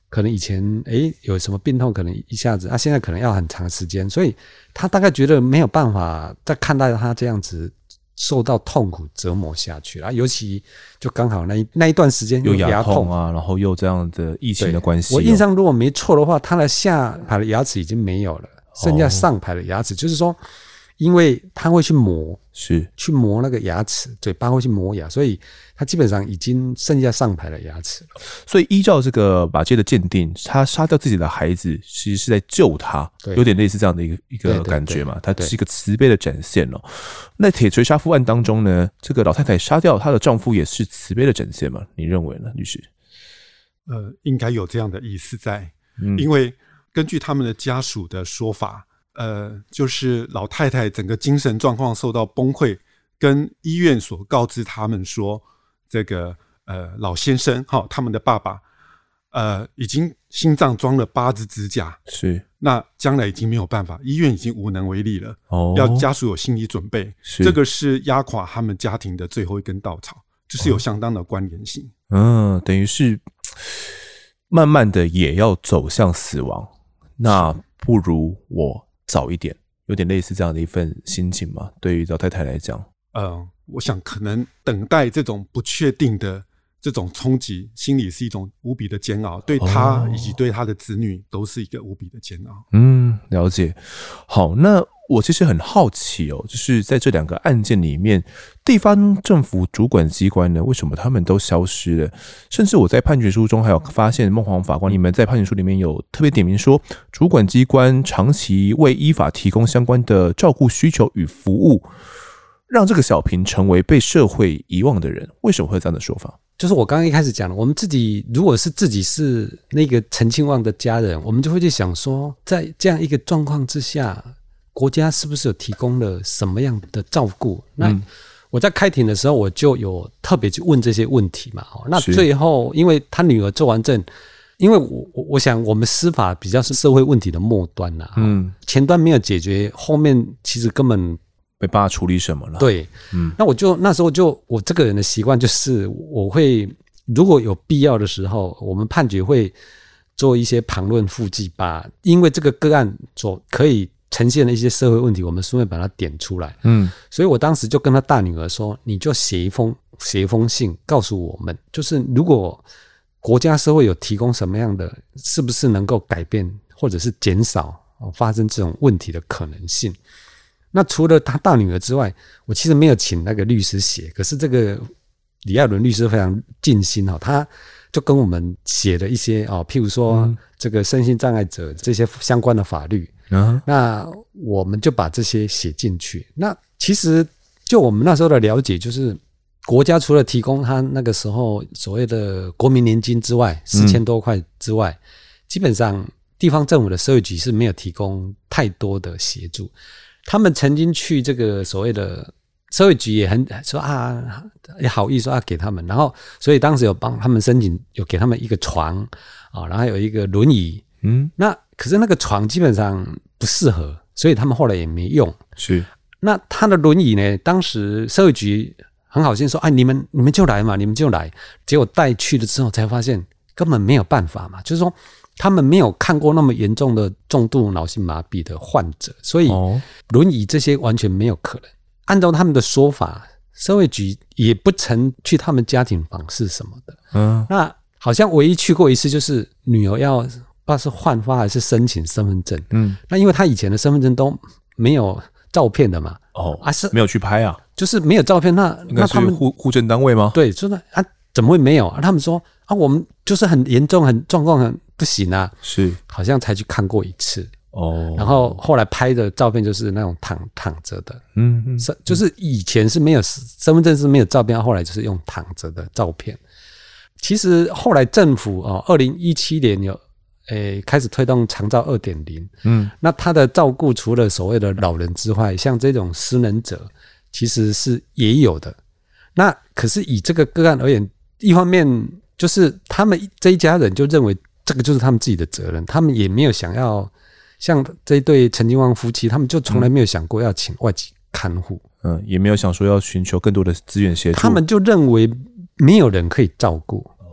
可能以前诶有什么病痛，可能一下子啊，现在可能要很长时间，所以他大概觉得没有办法再看待他这样子受到痛苦折磨下去了，尤其就刚好那一那一段时间有牙牙痛啊，然后又这样的疫情的关系、哦。 我印象如果没错的话，他的下排的牙齿已经没有了，剩下上排的牙齿，哦、就是说。因为他会去磨， 是去磨那个牙齿，嘴巴会去磨牙，所以他基本上已经剩下上排的牙齿了。 所以依照这个马偕的鉴定，他杀掉自己的孩子，其实是在救他，有点类似这样的一个一个感觉嘛。他是一个慈悲的展现哦。那铁锤杀夫案当中呢，这个老太太杀掉她的丈夫，也是慈悲的展现吗？你认为呢，律师？ 呃，应该有这样的意思在， 嗯、 因为根据他们的家属的说法。呃，就是老太太整个精神状况受到崩溃，跟医院所告知他们说，这个呃老先生哈、哦，他们的爸爸，呃，已经心脏装了八支支架， 是， 那将来已经没有办法，医院已经无能为力了， 哦， 要家属有心理准备，这个是压垮他们家庭的最后一根稻草，这是有相当的关联性。 嗯，等于是慢慢的也要走向死亡，那不如我。早一点，有点类似这样的一份心情嘛？对于老太太来讲， 呃，我想可能等待这种不确定的这种冲击，心里是一种无比的煎熬，对他以及对他的子女都是一个无比的煎熬。 嗯，了解。好，那我其实很好奇哦，就是在这两个案件里面，地方政府主管机关呢，为什么他们都消失了？甚至我在判决书中还有发现，孟煌法官你们在判决书里面有特别点名说，主管机关长期未依法提供相关的照顾需求与服务，让这个小平成为被社会遗忘的人。为什么会有这样的说法？ 就是我刚刚一开始讲的，我们自己如果是自己是那个陈清旺的家人，我们就会去想说，在这样一个状况之下，国家是不是有提供了什么样的照顾？那我在开庭的时候，我就有特别去问这些问题嘛。那最后，因为他女儿做完证，因为我我想我们司法比较是社会问题的末端啦，嗯，前端没有解决，后面其实根本没办法处理什么了。 对，嗯，那我就那时候就我这个人的习惯就是，我会如果有必要的时候，我们判决会做一些旁论附记，把因为这个个案所可以呈现的一些社会问题，我们顺便把它点出来。嗯，所以我当时就跟他大女儿说，你就写一封写一封信告诉我们，就是如果国家社会有提供什么样的，是不是能够改变或者是减少发生这种问题的可能性。那除了他大女儿之外，我其实没有请那个律师写，可是这个李爱伦律师非常尽心，他就跟我们写了一些譬如说这个身心障碍者这些相关的法律，嗯，那我们就把这些写进去。那其实就我们那时候的了解，就是国家除了提供他那个时候所谓的国民年金之外，四千多块之外，嗯，基本上地方政府的社会局是没有提供太多的协助。他们曾经去这个所谓的社会局也很说啊，也好意说啊给他们，然后所以当时有帮他们申请，有给他们一个床啊，然后还有一个轮椅，嗯，那可是那个床基本上不适合，所以他们后来也没用。 是， 那他的轮椅呢？当时社会局很好心说，哎，你们你们就来嘛，你们就来。结果带去了之后才发现根本没有办法嘛，就是说他们没有看过那么严重的重度脑性麻痹的患者，所以轮椅这些完全没有可能。按照他们的说法，社会局也不曾去他们家庭访视什么的。嗯，那好像唯一去过一次，就是女儿要不知道是换发还是申请身份证。嗯，那因为他以前的身份证都没有照片的嘛。 哦，啊是没有去拍啊， 就是没有照片。那应该是户户政单位吗？ 对，说那啊怎么会没有啊？他们说啊，我们就是很严重，很状况很不行啊， 是好像才去看过一次。 哦， 然后后来拍的照片就是那种躺躺着的，嗯嗯，就是以前是没有身份证是没有照片，后来就是用躺着的照片。其实后来政府哦，二零一七年有诶开始推动长照 二点零， 嗯，那他的照顾除了所谓的老人之外，像这种失能者其实是也有的。那可是以这个个案而言，一方面就是他们这一家人就认为这个就是他们自己的责任，他们也没有想要。像这一对陈金旺夫妻，他们就从来没有想过要请外籍看护， 嗯，也没有想说要寻求更多的资源协助， 他们就认为没有人可以照顾，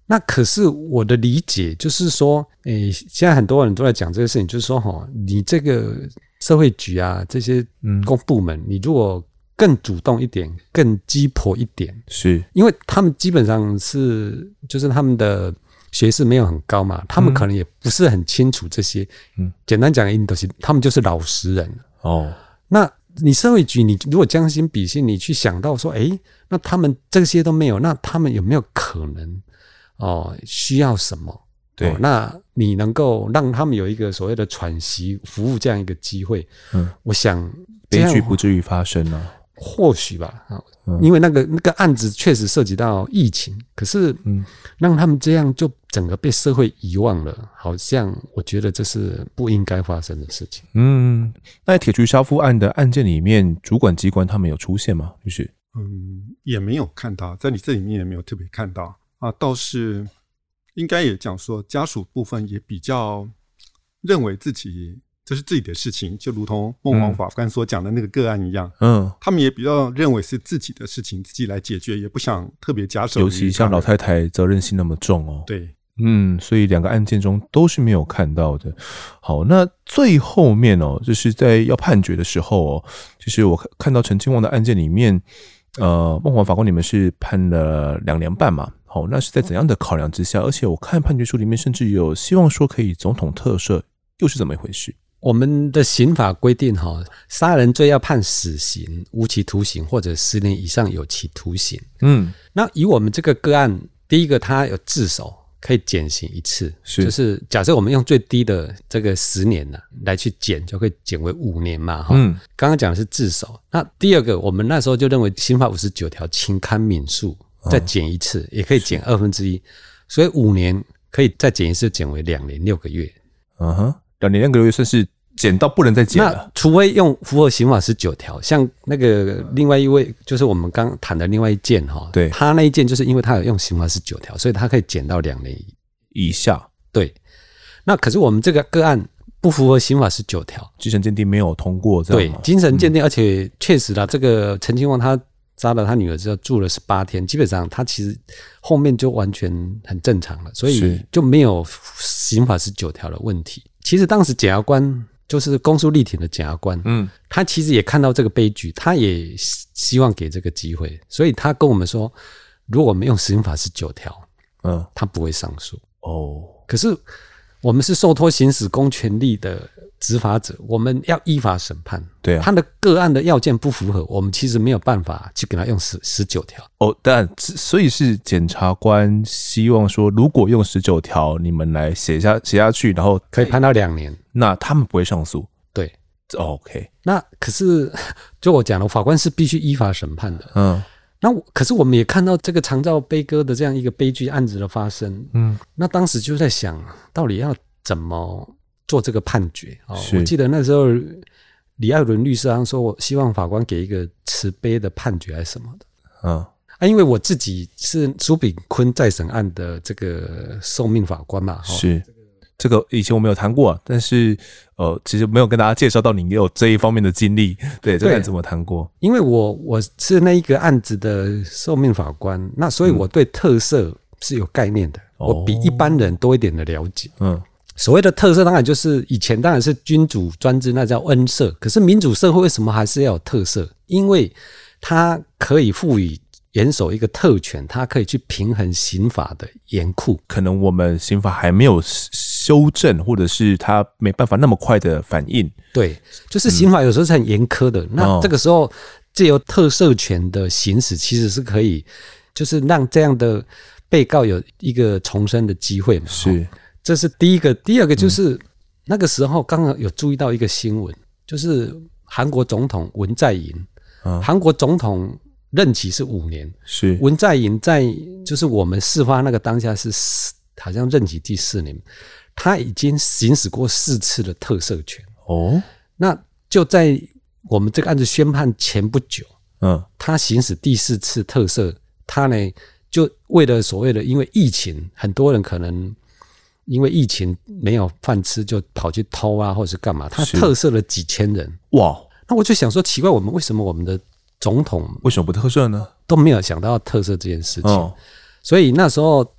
那可是我的理解就是说，诶，现在很多人都在讲这个事情，就是说，哈，你这个社会局啊，这些公部门，嗯、你如果更主动一点，更鸡婆一点， 是因为他们基本上是，就是他们的学识没有很高嘛，他们可能也不是很清楚这些。嗯，简单讲，都是他们就是老实人哦。那你社会局，你如果将心比心，你去想到说，诶，那他们这些都没有，那他们有没有可能？哦，需要什么？ 对、 哦，那你能够让他们有一个所谓的喘息服务这样一个机会，嗯，我想悲剧不至于发生啊， 或许吧，啊、嗯，因为那个那个案子确实涉及到疫情，可是，嗯，让他们这样就整个被社会遗忘了，好像我觉得这是不应该发生的事情。 嗯，那在铁渠杀夫案的案件里面，主管机关他们有出现吗？就是， 嗯，也没有看到，在你这里面也没有特别看到。啊，倒是应该也讲说，家属部分也比较认为自己这是自己的事情，就如同孟黄法官所讲的那个个案一样，嗯，他们也比较认为是自己的事情，自己来解决，也不想特别假手于他人。 尤其像老太太责任心那么重哦， 对， 嗯，所以两个案件中都是没有看到的。好，那最后面哦，就是在要判决的时候哦，就是我看到陈清旺的案件里面，呃，孟黄法官你们是判了两年半嘛？好，那是在怎样的考量之下？而且我看判决书里面甚至有希望说可以总统特赦，又是怎么一回事？ 我们的刑法规定，哈，杀人罪要判死刑、无期徒刑或者十年以上有期徒刑。嗯，那以我们这个个案，第一个他有自首，可以减刑一次，是就是假设我们用最低的这个十年呢、啊、来去减，就可以减为五年嘛，哈。嗯，刚刚讲的是自首。那第二个，我们那时候就认为刑法五十九条情堪悯恕。再减一次，也可以减二分之一，所以五年可以再减一次，减为两年六个月。 嗯哼，两年六个月算是减到不能再减了。 那除非用符合刑法十九条，像那个另外一位，就是我们刚谈的另外一件哈， 对， 他那一件就是因为他有用刑法十九条，所以他可以减到两年以下。 对，那可是我们这个个案不符合刑法十九条， 精神鉴定没有通过，这样吗？ 对，精神鉴定，嗯、而且确实啦，这个陈清旺他。杀了他女儿之后住了十八天，基本上他其实后面就完全很正常了，所以就没有刑法十九条的问题。其实当时检察官就是公诉力挺的检察官，嗯，他其实也看到这个悲剧，他也希望给这个机会，所以他跟我们说，如果我们用刑法十九条，嗯，他不会上诉哦。可是我们是受托行使公权力的执法者，我们要依法审判。 对啊， 他的个案的要件不符合，我们其实没有办法去给他用十十九条。 哦，但所以是检察官希望说，如果用十九条，你们来写下写下去，然后可以判到两年， 那他们不会上诉。 对 ，OK。 那可是就我讲了，法官是必须依法审判的。嗯。那可是我们也看到这个长照悲歌的这样一个悲剧案子的发生，嗯，那当时就在想，到底要怎么做这个判决？哦，我记得那时候李爱伦律师好像说，我希望法官给一个慈悲的判决还是什么的，嗯，啊，因为我自己是苏炳坤再审案的这个受命法官嘛， 是。这个以前我没有谈过，但是呃，其实没有跟大家介绍到你也有这一方面的经历。对，这个案子我谈过。 因为我我是那一个案子的受命法官，那所以我对特赦是有概念的，嗯、我比一般人多一点的了解。嗯，所谓的特赦，当然就是以前当然是君主专制，那叫恩赦。可是民主社会为什么还是要有特赦？因为它可以赋予严守一个特权，它可以去平衡刑法的严酷。 可能我们刑法还没有修正，或者是它没办法那么快的反应。 对，就是刑法有时候是很严苛的。嗯、那这个时候藉由特赦权的行使，其实是可以，就是让这样的被告有一个重生的机会嘛。 是， 这是第一个。第二个就是、嗯、那个时候刚刚有注意到一个新闻，就是韩国总统文在寅，韩、嗯、国总统任期是五年， 是文在寅在就是我们事发那个当下是好像任期第四年，他已经行使过四次的特赦权哦。那就在我们这个案子宣判前不久，嗯，他行使第四次特赦，他呢就为了所谓的因为疫情，很多人可能因为疫情没有饭吃，就跑去偷啊，或者是干嘛，他特赦了几千人。哇！那我就想说，奇怪，我们为什么我们的总统为什么不特赦呢？ 都没有想到要特赦这件事情，哦、所以那时候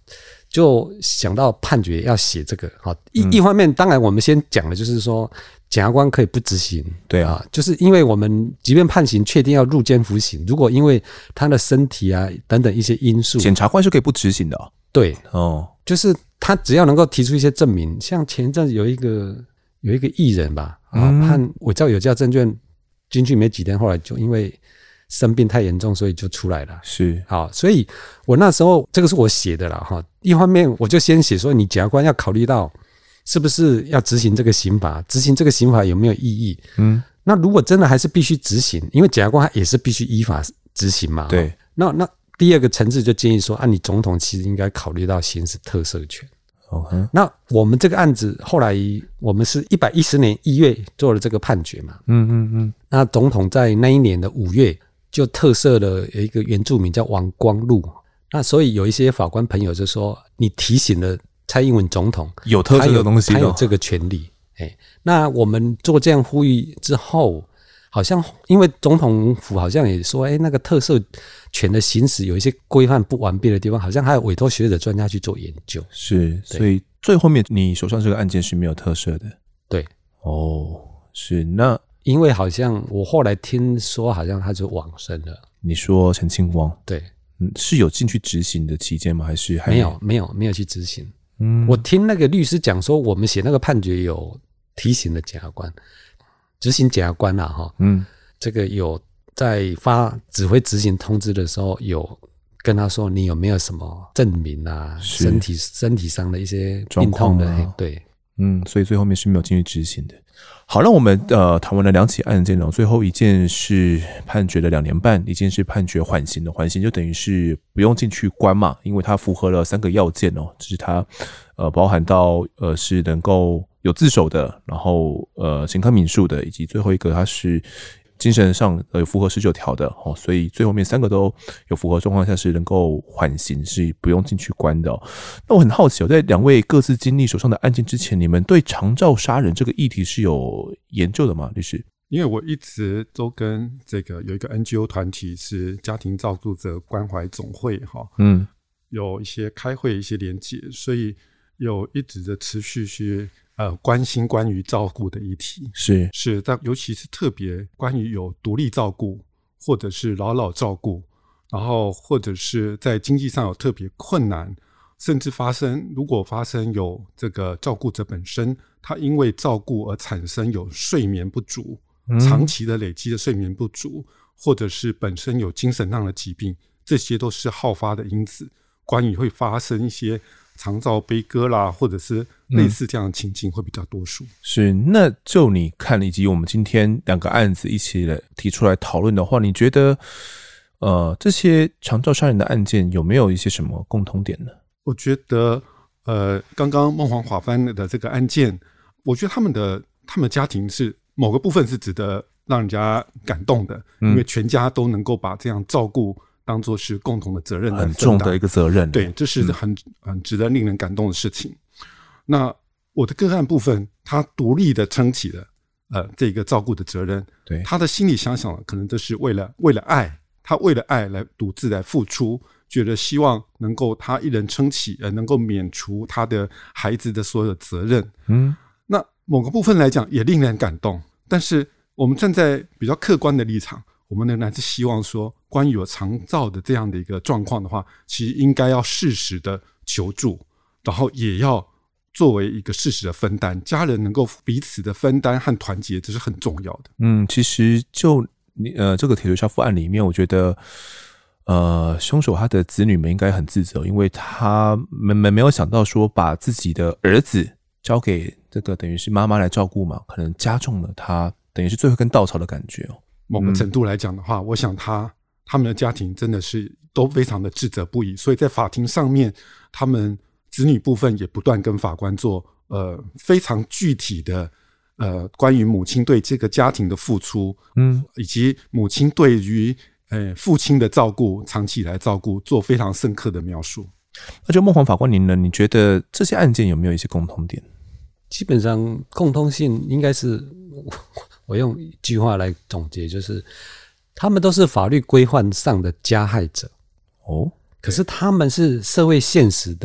就想到判决要写这个。好，一、嗯、一方面，当然我们先讲的就是说，检察官可以不执行， 对啊， 就是因为我们即便判刑确定要入监服刑，如果因为他的身体啊等等一些因素， 检察官是可以不执行的、哦。 对， 哦， 就是他只要能够提出一些证明，像前一阵子有一个有一个艺人吧，啊、嗯，判伪造有价证券进去没几天，后来就因为生病太严重，所以就出来了。 是， 好，所以我那时候这个是我写的啦，哈。一方面我就先写说，你检察官要考虑到是不是要执行这个刑罚，执行这个刑罚有没有意义？嗯，那如果真的还是必须执行，因为检察官他也是必须依法执行嘛。 对， 那那第二个层次就建议说，啊，你总统其实应该考虑到行使特赦权。 Okay. 那我们这个案子后来我们是一百一十年一月做了这个判决嘛，嗯嗯嗯。那总统在那一年的五月就特赦了有一个原住民叫王光禄，那所以有一些法官朋友就说，你提醒了蔡英文总统有特赦的东西， 他有这个权利。欸，那我们做这样呼吁之后，好像因为总统府好像也说，哎、欸，那个特赦权的行使有一些规范不完备的地方，好像还有委托学者专家去做研究。 是，所以最后面你手上这个案件是没有特赦的。 对， 哦，是那因为好像我后来听说，好像他就往生了。 你说陈清光？ 对， 嗯，是有进去执行的期间吗？还是还没有？没有，没有去执行。嗯，我听那个律师讲说，我们写那个判决有提醒了检察官，执行检察官啊，哈，嗯，这个有在发指挥执行通知的时候，有跟他说你有没有什么证明啊，身体身体上的一些病痛的，啊，对， 嗯，所以最后面是没有进去执行的。好，让我们呃谈完了两起案件哦，最后一件是判决了两年半，一件是判决缓刑的，缓刑就等于是不用进去关嘛，因为它符合了三个要件哦，就是它呃包含到呃是能够有自首的，然后呃刑科民诉的，以及最后一个它是精神上有符合十九条的哦，所以最后面三个都有符合状况下是能够缓刑，是不用进去关的哦。那我很好奇，在两位各自经历手上的案件之前，你们对长照杀人这个议题是有研究的吗？律师？ 因为我一直都跟这个有一个 N G O 团体是家庭照顾者关怀总会哈，嗯，有一些开会一些连结，所以有一直的持续去呃，关心关于照顾的议题， 是是，但尤其是特别关于有独立照顾，或者是老老照顾，然后或者是在经济上有特别困难，甚至发生如果发生有这个照顾者本身，他因为照顾而产生有睡眠不足，嗯，长期的累积的睡眠不足，或者是本身有精神上的疾病，这些都是好发的因子，关于会发生一些长照悲歌啦，或者是类似这样的情境会比较多数。 嗯，是，那就你看以及我们今天两个案子一起来提出来讨论的话，你觉得呃这些长照杀人的案件有没有一些什么共同点呢？ 我觉得呃刚刚孟黄法官的这个案件，我觉得他们的他们家庭是某个部分是值得让人家感动的，嗯，因为全家都能够把这样照顾当作是共同的责任， 很重的一个责任。 对，这是很、嗯、很值得令人感动的事情。那我的个案部分，他独立的撑起了呃这个照顾的责任。 对， 他的心里想想，可能这是为了为了爱，他为了爱来独自来付出，觉得希望能够他一人撑起，呃，能够免除他的孩子的所有责任。嗯，那某个部分来讲也令人感动。但是我们站在比较客观的立场，我们仍然是希望说，关于有长照的这样的一个状况的话，其实应该要适时的求助，然后也要作为一个适时的分担，家人能够彼此的分担和团结，这是很重要的。 嗯，其实就呃这个铁锤杀夫案里面，我觉得呃凶手他的子女们应该很自责，因为他们没有想到说把自己的儿子交给这个等于是妈妈来照顾嘛，可能加重了他等于是最后一根稻草的感觉哦。 某个程度来讲的话，嗯，我想他他们的家庭真的是都非常的自责不已，所以在法庭上面，他们子女部分也不断跟法官做呃非常具体的呃关于母亲对这个家庭的付出，嗯，以及母亲对于呃父亲的照顾，长期以来照顾，做非常深刻的描述。 那就孟黄法官您呢？你觉得这些案件有没有一些共同点？ 基本上共通性应该是，我用一句话来总结，就是他们都是法律规范上的加害者哦，可是他们是社会现实的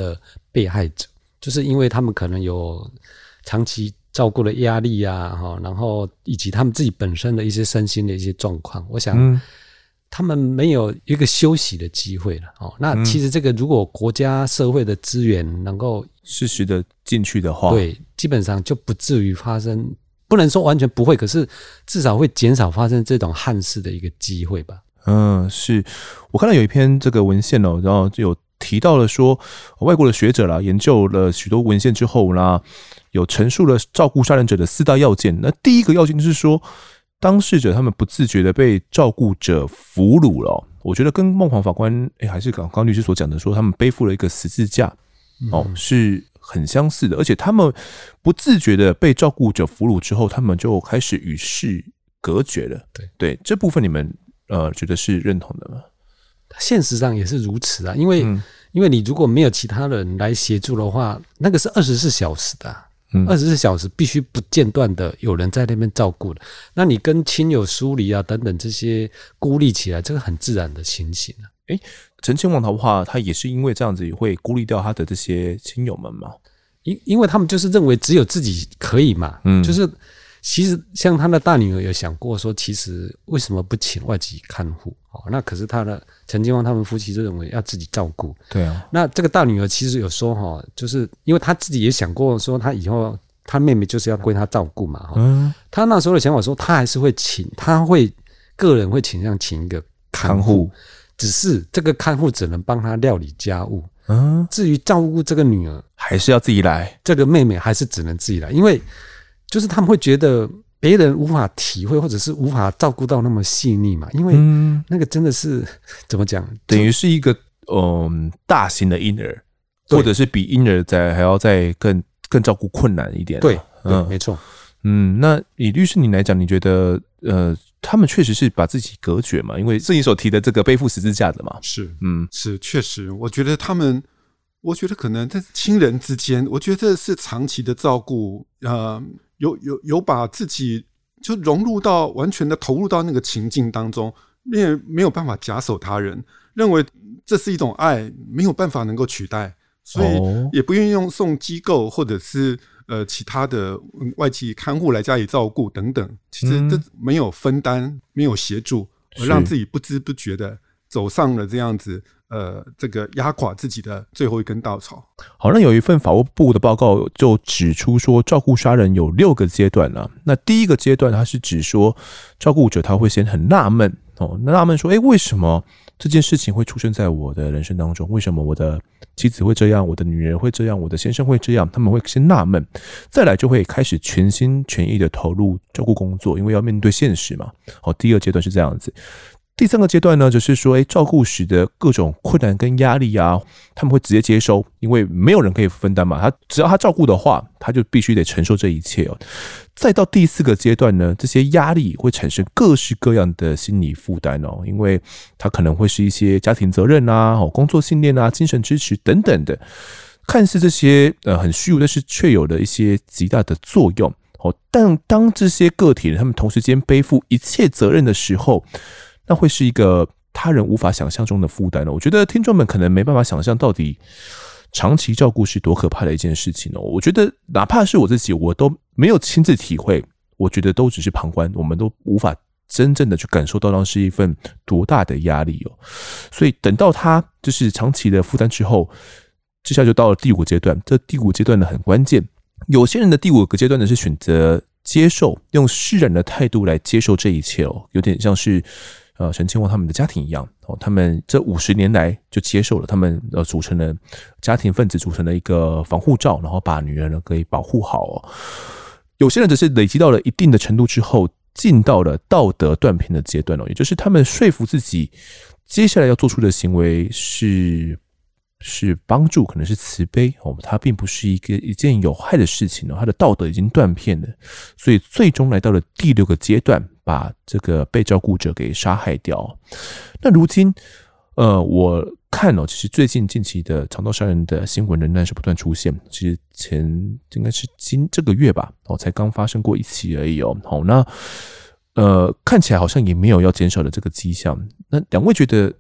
被害者，就是因为他们可能有长期照顾的压力啊，然后以及他们自己本身的一些身心的一些状况，我想、嗯、他们没有一个休息的机会了。哦，那其实这个如果国家社会的资源能够适时的进去的话， 对，基本上就不至于发生，不能说完全不会，可是至少会减少发生这种憾事的一个机会吧。 嗯，是我看到有一篇这个文献哦，然后就有提到了说，外国的学者啦研究了许多文献之后啦，有陈述了照顾杀人者的四大要件。那第一个要件就是说，当事者他们不自觉的被照顾者俘虏了、哦。我觉得跟孟煌法官诶还是刚刚律师所讲的说，他们背负了一个十字架哦，嗯、是很相似的。而且他们不自觉的被照顾者俘虏之后，他们就开始与世隔绝了。 对对，这部分你们呃觉得是认同的吗？ 现实上也是如此啊，因为、嗯、因为你如果没有其他人来协助的话，那个是二十四小时的、啊，二十四小时必须不间断的有人在那边照顾的。那你跟亲友疏离啊等等这些孤立起来，这个很自然的情形啊。 诶，陈清王的话，他也是因为这样子也会孤立掉他的这些亲友们嘛？ 因因为他们就是认为只有自己可以嘛，嗯，就是。其实像他的大女儿有想过说，其实为什么不请外籍看护？哦，那可是他的陈金旺他们夫妻就认为要自己照顾。 对啊， 那这个大女儿其实有说哈，就是因为他自己也想过说，他以后他妹妹就是要归他照顾嘛。嗯，他那时候的想法说，他还是会请，他会个人会倾向请一个看护，看护只是这个看护只能帮他料理家务。嗯，至于照顾这个女儿， 还是要自己来。 这个妹妹还是只能自己来，因为。就是他们会觉得别人无法体会，或者是无法照顾到那么细腻嘛，因为那个真的是怎么讲， 等于是一个嗯大型的婴儿，或者是比婴儿在还要再更更照顾困难一点。 对，嗯，没错。 嗯，那以律师你来讲，你觉得呃，他们确实是把自己隔绝嘛？因为是你所提的这个背负十字架的嘛？ 是，嗯，是确实，我觉得他们。我觉得可能在亲人之间，我觉得这是长期的照顾，呃，有有有把自己就融入到完全的投入到那个情境当中，也没有办法假手他人，认为这是一种爱，没有办法能够取代，所以也不愿意用送机构或者是呃其他的外籍看护来加以照顾等等，其实这没有分担，没有协助，而让自己不知不觉的走上了这样子。呃，这个压垮自己的最后一根稻草。 好，那有一份法务部的报告就指出说，照顾杀人有六个阶段啊。那第一个阶段，它是指说，照顾者他会先很纳闷哦，纳闷说，哎，为什么这件事情会出现在我的人生当中？为什么我的妻子会这样，我的女人会这样，我的先生会这样？他们会先纳闷，再来就会开始全心全意的投入照顾工作，因为要面对现实嘛。好，第二阶段是这样子。第三个阶段呢，就是说，哎，照顾时的各种困难跟压力啊，他们会直接接收，因为没有人可以分担嘛。他只要他照顾的话，他就必须得承受这一切哦。再到第四个阶段呢，这些压力会产生各式各样的心理负担哦，因为他可能会是一些家庭责任啊、工作信念啊、精神支持等等的，看似这些呃很虚无，但是却有了一些极大的作用哦。但当这些个体他们同时间背负一切责任的时候，那会是一个他人无法想象中的负担。我觉得听众们可能没办法想象到底长期照顾是多可怕的一件事情。我觉得哪怕是我自己，我都没有亲自体会，我觉得都只是旁观，我们都无法真正的去感受到那是一份多大的压力哦。所以等到他就是长期的负担之后，接下来就到了第五个阶段。这第五个阶段呢很关键，有些人的第五个阶段呢是选择接受，用释然的态度来接受这一切哦，有点像是呃陈清旺他们的家庭一样哦，他们这五十年来就接受了，他们呃组成了家庭分子，组成了一个防护罩，然后把女人呢可以保护好哦。有些人只是累积到了一定的程度之后，进到了道德断片的阶段哦，也就是他们说服自己，接下来要做出的行为是。是帮助，可能是慈悲哦，它并不是一个一件有害的事情哦，它的道德已经断片了，所以最终来到了第六个阶段，把这个被照顾者给杀害掉。那如今，呃，我看哦，其实最近近期的肠道杀人的新闻仍然是不断出现，其实前应该是今这个月吧，哦，才刚发生过一起而已哦。好，那呃，看起来好像也没有要减少的这个迹象。那两位觉得？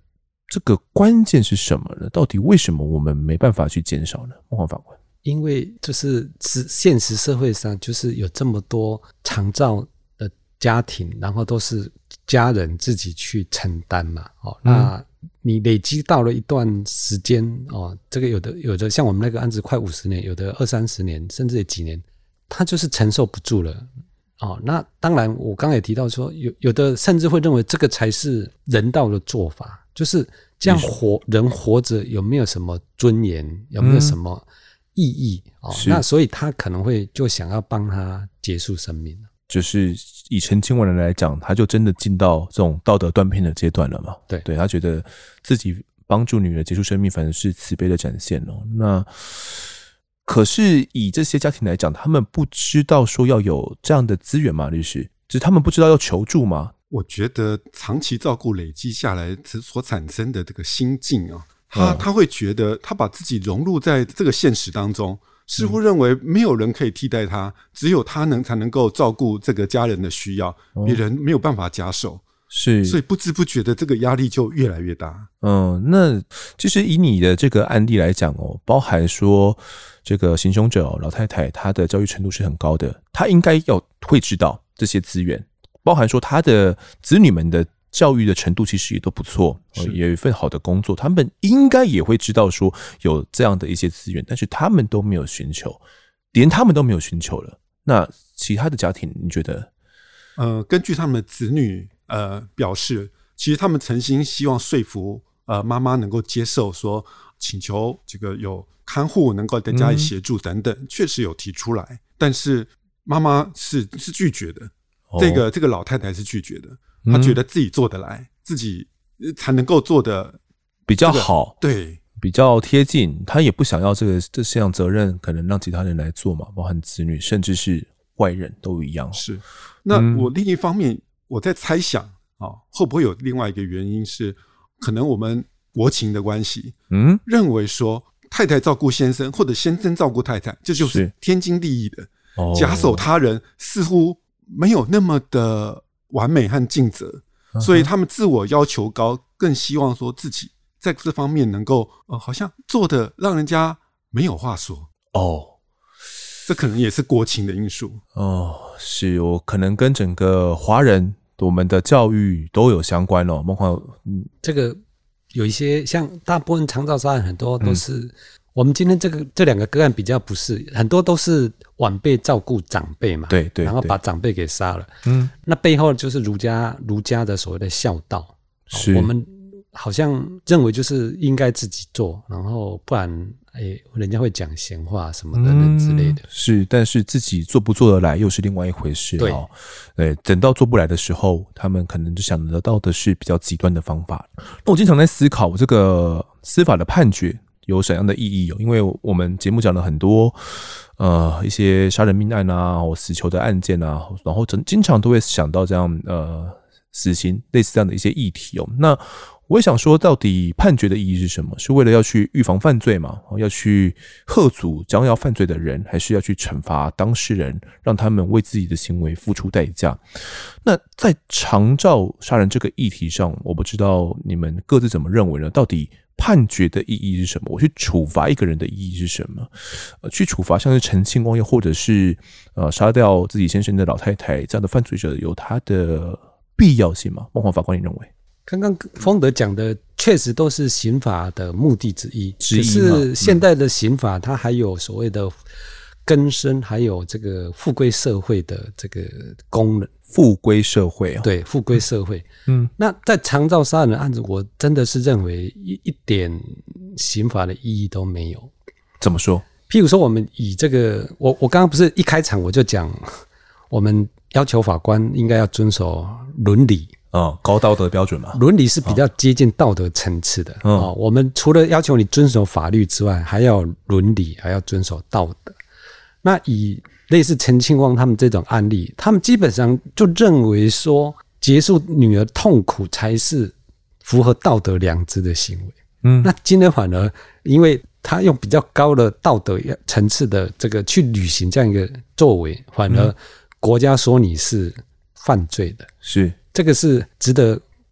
这个关键是什么呢？到底为什么我们没办法去减少呢？孟煌法官， 因为就是现实社会上就是有这么多长照的家庭，然后都是家人自己去承担嘛，哦，那你累积到了一段时间哦，这个有的有的像我们那个案子快五十年，有的二三十年，甚至也几年，他就是承受不住了。哦，那当然，我刚才也提到说，有有的甚至会认为这个才是人道的做法，就是这样活人活着有没有什么尊严，有没有什么意义？嗯、哦，那所以他可能会就想要帮他结束生命。 就是以陈清完人来讲，他就真的进到这种道德断片的阶段了嘛？ 对， 对他觉得自己帮助女儿结束生命，反正是慈悲的展现哦。那可是以这些家庭来讲，他们不知道说要有这样的资源吗？律师，就是他们不知道要求助吗？ 我觉得长期照顾累积下来所产生的这个心境啊，他他会觉得他把自己融入在这个现实当中，似乎认为没有人可以替代他，只有他能才能够照顾这个家人的需要，别人没有办法假手。 是， 所以不知不觉的这个压力就越来越大。 嗯，那其实以你的这个案例来讲哦，包含说这个行凶者、哦、老太太，她的教育程度是很高的，她应该要会知道这些资源，包含说她的子女们的教育的程度其实也都不错，也有一份好的工作，他们应该也会知道说有这样的一些资源，但是他们都没有寻求，连他们都没有寻求了。那其他的家庭，你觉得？ 呃，根据他们的子女呃表示，其实他们诚心希望说服呃妈妈能够接受说，请求这个有看护能够在家里协助等等，确、嗯、实有提出来，但是妈妈是是拒绝的。哦、这个这个老太太是拒绝的。他觉得自己做得来、嗯、自己才能够做得比较好、 这个、对， 比较贴近，他也不想要这个这项责任可能让其他人来做嘛，包含子女甚至是外人都一样。 是，那我另一方面、嗯、我在猜想、哦、会不会有另外一个原因是可能我们国情的关系，嗯，认为说太太照顾先生或者先生照顾太太，这就是天经地义的，假手他人似乎没有那么的完美和尽责，所以他们自我要求高，更希望说自己在这方面能够呃，好像做的让人家没有话说哦。这可能也是国情的因素哦。是，我可能跟整个华人我们的教育都有相关哦。孟煌，嗯， 这个有一些像大部分长照杀人很多都是、嗯。我们今天这个这两个个案比较不是很多都是晚辈照顾长辈嘛， 对 对, 对， 然后把长辈给杀了，嗯，那背后就是儒家儒家的所谓的孝道，是我们好像认为就是应该自己做，然后不然哎，人家会讲闲话什么等等之类的、嗯， 是，但是自己做不做得来又是另外一回事哦。对，等到做不来的时候，他们可能就想得到的是比较极端的方法。那我经常在思考这个司法的判决有怎样的意义哦？因为我们节目讲了很多，呃，一些杀人命案啊，或死囚的案件啊，然后经常都会想到这样呃死刑类似这样的一些议题哦。那我也想说，到底判决的意义是什么？是为了要去预防犯罪吗？要去嚇阻将要犯罪的人，还是要去惩罚当事人，让他们为自己的行为付出代价？那在长照杀人这个议题上，我不知道你们各自怎么认为呢？到底判决的意义是什么？我去处罚一个人的意义是什么？呃，去处罚像是陈清光，又或者是呃杀掉自己先生的老太太这样的犯罪者，有他的必要性吗？孟煌法官，你认为？ 刚刚丰德讲的确实都是刑法的目的之一，只是现代的刑法它还有所谓的更生，还有这个复归社会的这个功能。 复归社会哦， 对，复归社会。嗯，那在长照杀人案子，我真的是认为一一点刑法的意义都没有。 怎么说？ 譬如说，我们以这个，我我刚刚不是一开场我就讲，我们要求法官应该要遵守伦理。 哦，高道德标准嘛， 伦理是比较接近道德层次的、哦哦、我们除了要求你遵守法律之外，还要伦理，还要遵守道德。那以类似陈清光他们这种案例，他们基本上就认为说，结束女儿痛苦才是符合道德良知的行为。嗯，那今天反而因为他用比较高的道德层次的这个去履行这样一个作为，反而国家说你是犯罪的， 是。 这个是值得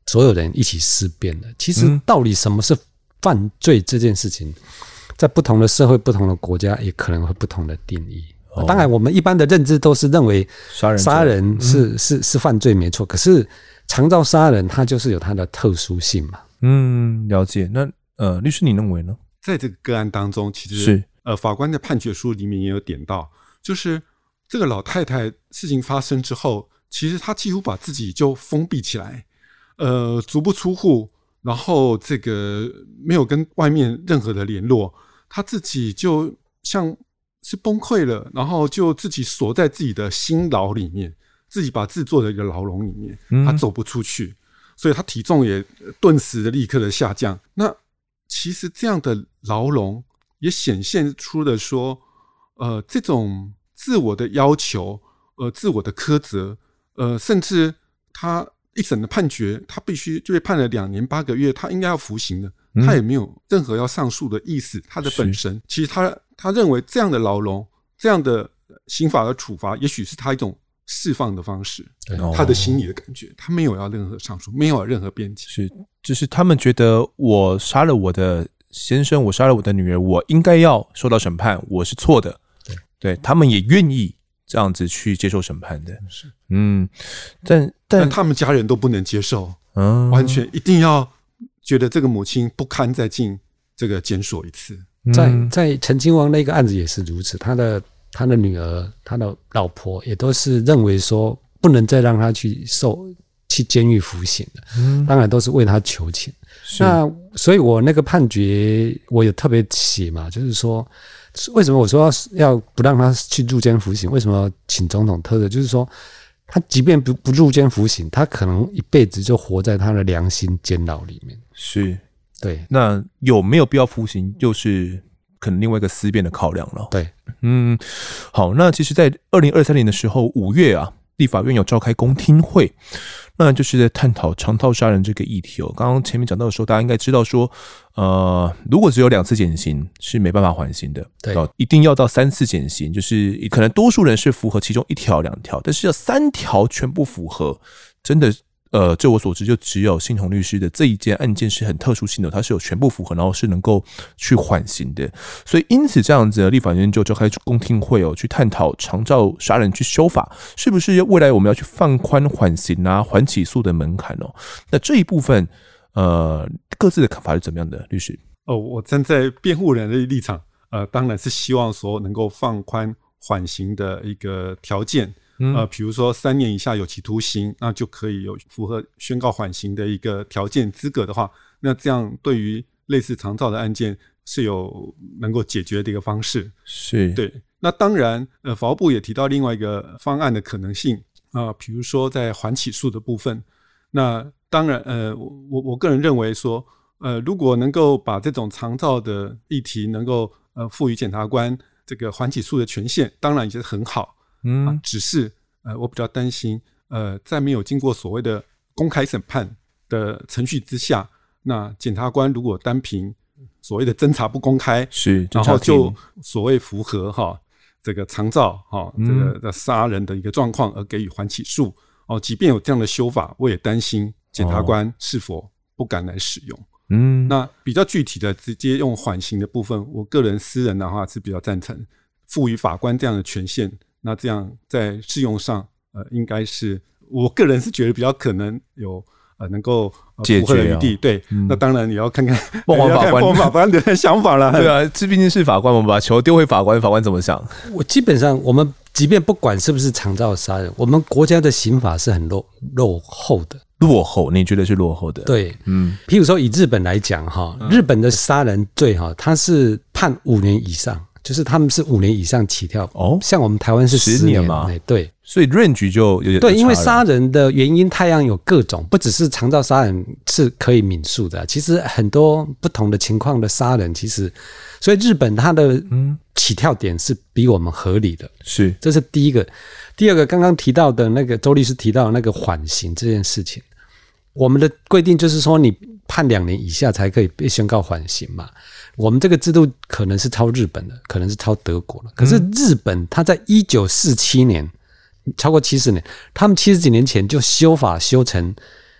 所有人一起思辨的。其实到底什么是犯罪这件事情，在不同的社会、不同的国家也可能会不同的定义。哦、当然，我们一般的认知都是认为杀人杀人是、嗯、是是犯罪没错，可是长照杀人它就是有它的特殊性嘛。 嗯，了解。那呃，律师你认为呢？ 在这个个案当中，其实是呃法官的判决书里面也有点到，就是这个老太太事情发生之后，其实她几乎把自己就封闭起来，呃，足不出户。然后这个没有跟外面任何的联络，他自己就像是崩溃了，然后就自己锁在自己的心牢里面，自己把自己做的一个牢笼里面，他走不出去，所以他体重也顿时的立刻的下降。那其实这样的牢笼也显现出了说，呃，这种自我的要求，呃，自我的苛责，呃，甚至他。一审的判决，他必须就被判了两年八个月，他应该要服刑的，他也没有任何要上诉的意思。他的本身，其实他他认为这样的牢笼、这样的刑法的处罚，也许是他一种释放的方式。他的心理的感觉，他没有要任何上诉，没有任何辩解。 是，就是他们觉得我杀了我的先生，我杀了我的女儿，我应该要受到审判，我是错的。对，对他们也愿意。这样子去接受审判的，嗯，但但他们家人都不能接受，嗯，完全一定要觉得这个母亲不堪再进这个监所一次。 在在陈清王那个案子也是如此，他的他的女儿、他的老婆也都是认为说不能再让他去受去监狱服刑了，嗯，当然都是为他求情。那所以我那个判决我有特别写嘛，就是说。为什么我说要不让他去入监服刑？为什么要请总统特赦？就是说，他即便不不入监服刑，他可能一辈子就活在他的良心监牢里面。 是， 对。 那有没有必要服刑，就是可能另外一个思辨的考量了。 对， 嗯，好。那其实，在二零二三年的时候，五月啊，立法院有召开公听会。那就是在探讨长套杀人这个议题哦。刚刚前面讲到的时候，大家应该知道说，呃，如果只有两次减刑是没办法缓刑的， 对， 一定要到三次减刑，就是可能多数人是符合其中一条、两条，但是要三条全部符合，真的。呃，就我所知，就只有信宏律师的这一件案件是很特殊性的，它是有全部符合，然后是能够去缓刑的。所以因此这样子的立法院就召开公听会哦，去探讨长照杀人去修法，是不是未来我们要去放宽缓刑啊、缓起诉的门槛哦？那这一部分，呃，各自的看法是怎么样的？律师？ 哦，我站在辩护人的立场，呃，当然是希望说能够放宽缓刑的一个条件。呃，比如说三年以下有期徒刑，那就可以有符合宣告缓刑的一个条件资格的话，那这样对于类似长照的案件是有能够解决的一个方式。 是， 对。那当然，呃，法务部也提到另外一个方案的可能性啊、呃，比如说在缓起诉的部分。那当然，呃，我我个人认为说，呃，如果能够把这种长照的议题能够呃赋予检察官这个缓起诉的权限，当然也是很好。嗯、啊，只是呃，我比较担心，呃，在没有经过所谓的公开审判的程序之下，那检察官如果单凭所谓的侦查不公开， 是， 然后就所谓符合哈这个长照哈这个的杀人的一个状况而给予缓起诉哦，即便有这样的修法，我也担心检察官是否不敢来使用。嗯，那比较具体的直接用缓刑的部分，我个人私人的话是比较赞成赋予法官这样的权限。那这样在适用上，呃，应该是我个人是觉得比较可能有呃能够符合的余地。对，嗯、那当然你要看看凤凰法官、 凤凰法官的想法了。 对啊，这毕竟是法官，我们把球丢回法官，法官怎么想？ 我基本上，我们即便不管是不是长照杀人，我们国家的刑法是很落落后的。 落后？你觉得是落后的？ 对，嗯，譬如说以日本来讲哈，日本的杀人罪哈，它是判五年以上。就是他们是五年以上起跳哦，像我们台湾是十年嘛，对， 所以 range 就有点对，因为杀人的原因太阳有各种，不只是长照杀人是可以免诉的，其实很多不同的情况的杀人，其实所以日本它的起跳点是比我们合理的， 是， 这是第一个。第二个，刚刚提到的那个周律师提到的那个缓刑这件事情，我们的规定就是说你判两年以下才可以被宣告缓刑嘛。我们这个制度可能是抄日本的，可能是抄德国的。可是日本它在一九四七年，超过七十年，他们七十几年前就修法修成，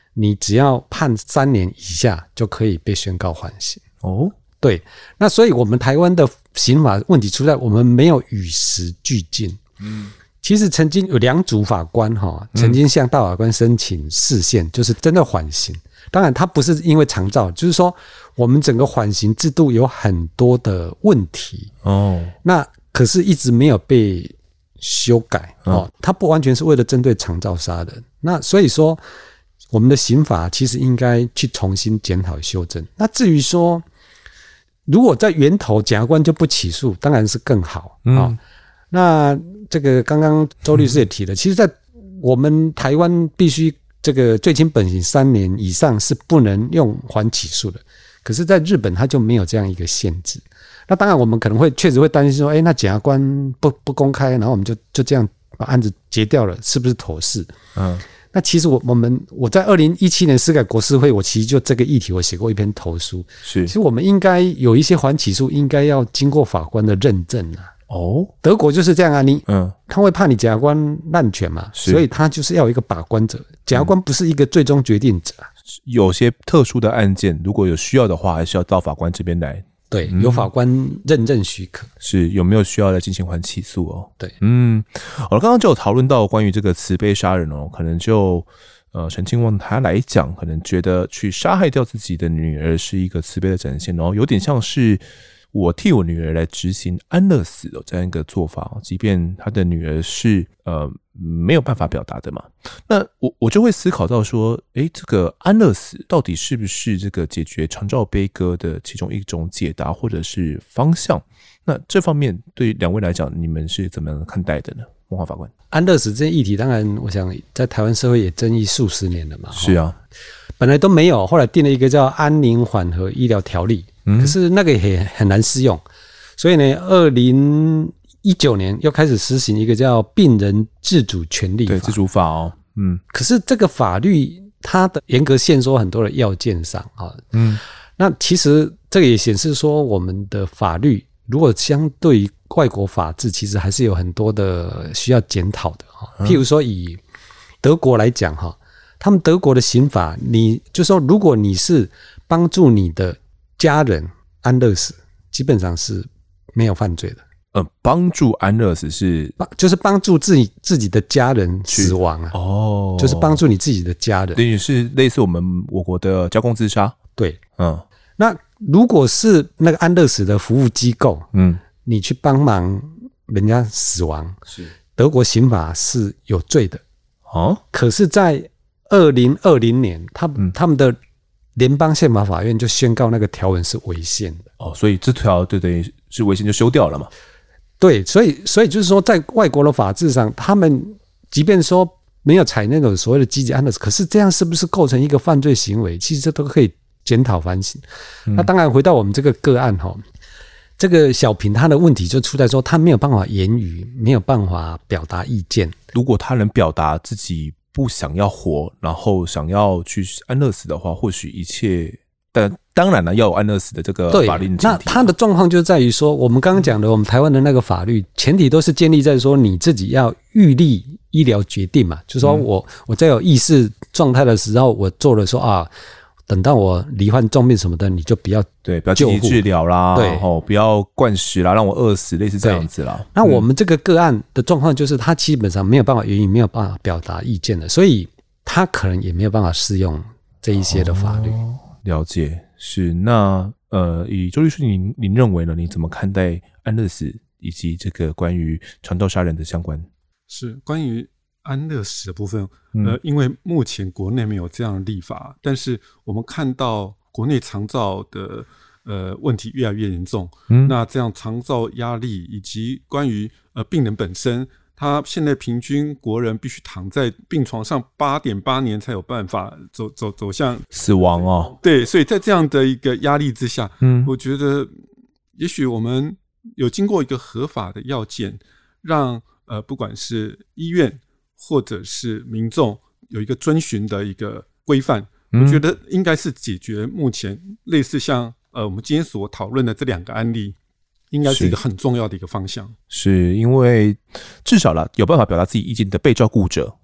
你只要判三年以下就可以被宣告缓刑。 哦， 对，那所以我们台湾的刑法问题出在我们没有与时俱进。嗯，其实曾经有两组法官哈，曾经向大法官申请释宪，就是真的缓刑。当然，他不是因为长照，就是说我们整个缓刑制度有很多的问题哦。那可是一直没有被修改哦，它不完全是为了针对长照杀人。那所以说，我们的刑法其实应该去重新检讨修正。那至于说，如果在源头检察官就不起诉，当然是更好啊。嗯那这个刚刚周律师也提了，其实在我们台湾必须这个最轻本刑三年以上是不能用缓起诉的，可是在日本它就没有这样一个限制。那当然我们可能会确实会担心说，哎，那检察官不不公开，然后我们就就这样把案子结掉了，是不是妥适？嗯，那其实我我们我在二零一七年司改国是会，我其实就这个议题我写过一篇投书，是，其实我们应该有一些缓起诉应该要经过法官的认证啊。哦，德国就是这样啊，你嗯，他会怕你检察官滥权嘛，所以他就是要有一个把关者，检察官不是一个最终决定者、啊嗯。 有些特殊的案件，如果有需要的话，还是要到法官这边来。 对，有法官认证许可， 嗯、是有没有需要来进行缓起诉哦？ 对， 嗯，好了，刚刚就有讨论到关于这个慈悲杀人哦，可能就呃陈清旺他来讲，可能觉得去杀害掉自己的女儿是一个慈悲的展现，然后有点像是。我替我女儿来执行安乐死的这样一个做法，即便她的女儿是呃没有办法表达的嘛，那我我就会思考到说，诶，这个安乐死到底是不是这个解决长照悲歌的其中一种解答或者是方向？那这方面对两位来讲，你们是怎么样看待的呢？文化法官， 安乐死这件议题，当然我想在台湾社会也争议数十年了嘛。 是啊， 本来都没有，后来定了一个叫《安宁缓和医疗条例》。可是那个也很难适用，所以呢，二零一九年又开始实行一个叫病人自主权利法， 对自主法哦，嗯。 可是这个法律它的严格限缩很多的要件上啊，嗯。那其实这个也显示说，我们的法律如果相对于外国法治，其实还是有很多的需要检讨的哈。譬如说以德国来讲哈，他们德国的刑法，你就说如果你是帮助你的家人安乐死基本上是没有犯罪的。 呃，帮助安乐死是就是帮助自己自己的家人死亡啊。哦，就是帮助你自己的家人， 等于是类似我们我国的交共自杀。 对，嗯。那如果是那个安乐死的服务机构，嗯，你去帮忙人家死亡，是德国刑法是有罪的。哦，可是，在二零二零年，他、嗯、他们的联邦宪法法院就宣告那个条文是违宪的。 哦，所以这条就等于是违宪就修掉了嘛？ 对，所以所以就是说，在外国的法制上，他们即便说没有采那种所谓的积极安乐死，可是这样是不是构成一个犯罪行为？其实这都可以检讨反省。嗯、那当然，回到我们这个个案哈，这个小平他的问题就出在说，他没有办法言语，没有办法表达意见。 如果他能表达自己不想要活，然后想要去安乐死的话，或许一切，但当然了，要有安乐死的这个法律前提。 那他的状况就在于说，我们刚刚讲的，我们台湾的那个法律前提都是建立在说你自己要预立医疗决定嘛，就是说我我在有意识状态的时候，我做了说啊，等到我罹患重病什么的，你就不要对，不要积极治疗啦，对，哦，不要灌食啦，让我饿死，类似这样子啦。 那我们这个个案的状况就是，他基本上没有办法言语，没有办法表达意见的，所以他可能也没有办法适用这一些的法律。 哦、了解，是那呃，以周律师您您认为呢？你怎么看待安乐死以及这个关于长照杀人的相关？ 是关于安乐死的部分，呃，因为目前国内没有这样的立法，但是我们看到国内长照的呃问题越来越严重，嗯，那这样长照压力以及关于呃病人本身，他现在平均国人必须躺在病床上八点八年才有办法走走走向死亡哦。 对，所以在这样的一个压力之下，嗯，我觉得也许我们有经过一个合法的要件，让呃不管是医院或者是民众有一个遵循的一个规范，嗯、我觉得应该是解决目前类似像呃我们今天所讨论的这两个案例，应该是一个很重要的一个方向。 是因为至少啦有办法表达自己意见的被照顾者，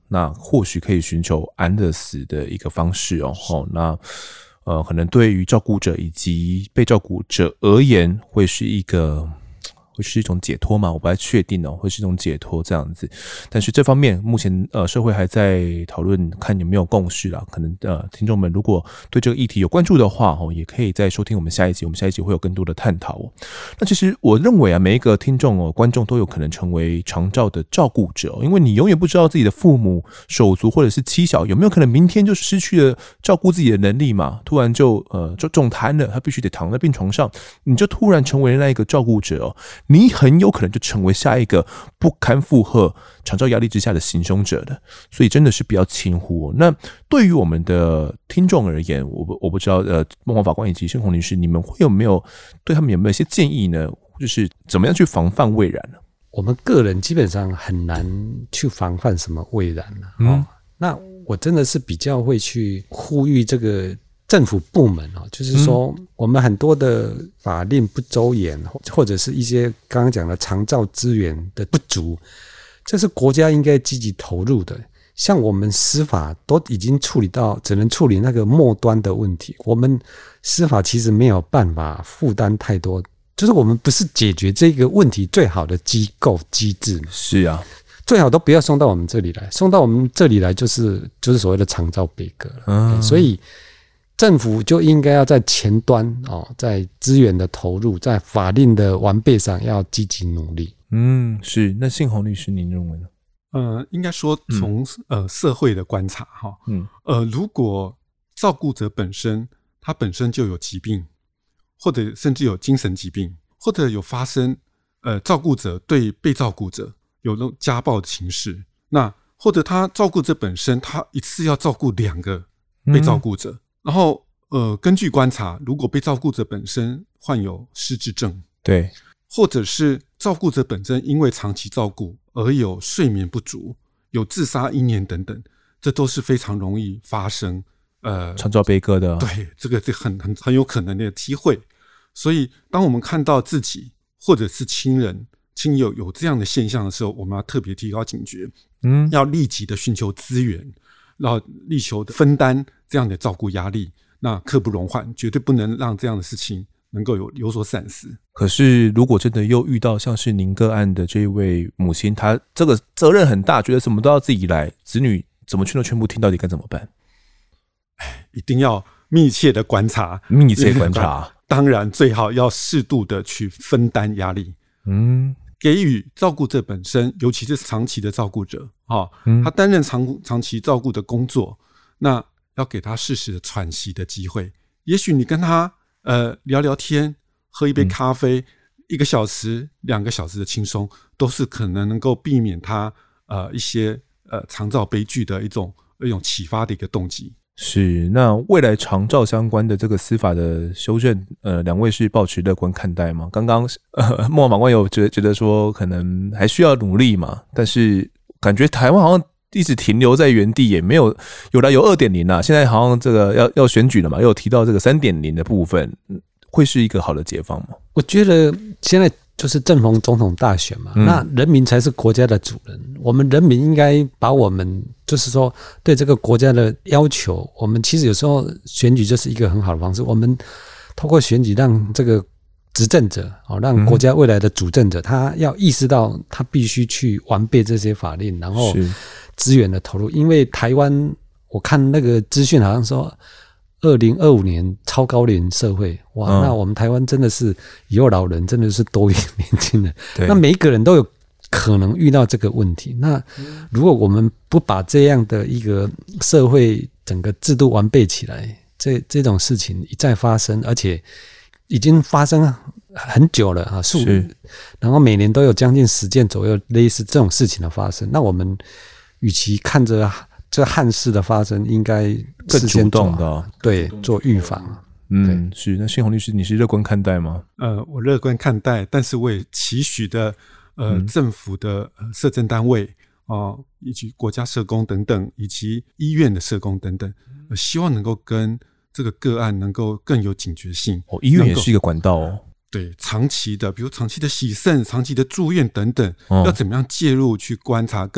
那或许可以寻求安乐死的一个方式哦。哦那呃，可能对于照顾者以及被照顾者而言，会是一个。会是一种解脱吗？我不太确定哦，会是一种解脱这样子。但是这方面目前呃社会还在讨论，看有没有共识啦。可能呃听众们如果对这个议题有关注的话哦，也可以再收听我们下一集，我们下一集会有更多的探讨哦。那其实我认为啊，每一个听众哦、观众都有可能成为长照的照顾者哦，因为你永远不知道自己的父母、手足或者是妻小有没有可能明天就失去了照顾自己的能力嘛，突然就呃就重瘫了，他必须得躺在病床上，你就突然成为了那一个照顾者哦。你很有可能就成为下一个不堪负荷长照压力之下的行凶者的，所以真的是比较轻忽哦。那对于我们的听众而言，我不我不知道，呃，孟煌法官以及申红律师，你们会有没有对他们有没有一些建议呢？就是怎么样去防范未然呢？ 我们个人基本上很难去防范什么未然了、嗯哦。那我真的是比较会去呼吁这个。政府部门就是说我们很多的法令不周延，或者是一些刚刚讲的长照资源的不足，这是国家应该积极投入的。像我们司法都已经处理到只能处理那个末端的问题，我们司法其实没有办法负担太多，就是我们不是解决这个问题最好的机构机制。 是啊， 最好都不要送到我们这里来，送到我们这里来就是就是所谓的长照悲歌了、嗯、所以政府就应该要在前端哦，在资源的投入，在法令的完备上要积极努力。 嗯，是。那信宏律师，您认为呢？ 呃，应该说从、嗯、呃社会的观察哈，嗯，呃，如果照顾者本身他本身就有疾病，或者甚至有精神疾病，或者有发生呃照顾者对被照顾者有那种家暴的情势，那或者他照顾者本身他一次要照顾两个被照顾者。嗯，然后，呃，根据观察，如果被照顾者本身患有失智症， 对， 或者是照顾者本身因为长期照顾而有睡眠不足、有自杀意念等等，这都是非常容易发生呃长照悲歌的。 对，这个是很很很有可能的机会。所以，当我们看到自己或者是亲人、亲友有这样的现象的时候，我们要特别提高警觉，嗯，要立即的寻求资源。然后力求分担这样的照顾压力，那刻不容缓，绝对不能让这样的事情能够有有所闪失。 可是如果真的又遇到像是您个案的这一位母亲，她这个责任很大，觉得什么都要自己来，子女怎么劝都劝不听，到底该怎么办？ 一定要密切的观察， 密切观察， 当然最好要适度的去分担压力。嗯。给予照顾者本身，尤其是长期的照顾者，哦嗯、他担任 长, 长期照顾的工作，那要给他适时的喘息的机会。也许你跟他呃聊聊天，喝一杯咖啡，嗯、一个小时、两个小时的轻松，都是可能能够避免他呃一些呃长照悲剧的一种一种启发的一个动机。 是，那未来长照相关的这个司法的修正，呃，两位是抱持乐观看待吗？刚刚呃，孟法官有觉得觉得说可能还需要努力嘛，但是感觉台湾好像一直停留在原地，也没有有来有 二点零 啊，现在好像这个要要选举了嘛，又有提到这个 三点零 的部分，会是一个好的解放吗？ 我觉得现在就是正逢总统大选嘛、嗯，那人民才是国家的主人。我们人民应该把我们就是说对这个国家的要求，我们其实有时候选举就是一个很好的方式。我们透过选举让这个执政者，让国家未来的主政者，他要意识到他必须去完备这些法令，然后资源的投入。因为台湾，我看那个资讯好像说，二零二五年超高龄社会，哇、嗯！那我们台湾真的是以后老人真的是多于年轻人，那每一个人都有可能遇到这个问题。那如果我们不把这样的一个社会整个制度完备起来，这这种事情一再发生，而且已经发生很久了啊，数，然后每年都有将近十件左右类似这种事情的发生。那我们与其看着这憾事的发生，应该更主动的、哦、 对做预防。 嗯，是。那信宏律师，你是乐观看待吗？ 呃，我乐观看待，但是我也期许的，呃，嗯、政府的社政单位啊、呃，以及国家社工等等，以及医院的社工等等，呃、希望能够跟这个个案能够更有警觉性。 哦，医院也是一个管道哦。 对，长期的，比如长期的洗肾、长期的住院等等，哦、要怎么样介入去观察跟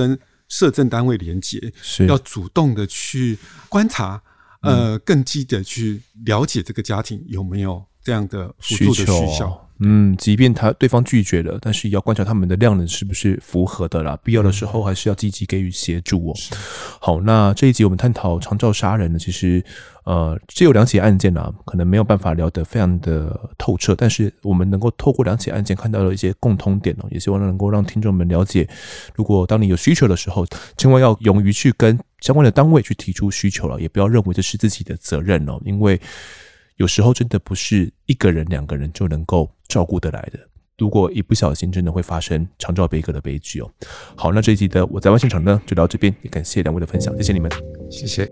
社政单位连结， 是要主动的去观察，呃，更积极的去了解这个家庭有没有这样的辅助的需求。 嗯，即便他对方拒绝了，但是也要观察他们的量能是不是符合的啦。必要的时候还是要积极给予协助哦。好，那这一集我们探讨长照杀人呢，其实呃，只有两起案件啊，可能没有办法聊得非常的透彻，但是我们能够透过两起案件看到了一些共通点哦，也希望能够让听众们了解，如果当你有需求的时候，千万要勇于去跟相关的单位去提出需求了，也不要认为这是自己的责任哦，因为有时候真的不是一个人两个人就能够照顾得来的，如果一不小心真的会发生长照悲歌的悲剧哦。好，那这一集的我在外现场呢就到这边，也感谢两位的分享，谢谢你们， 谢谢。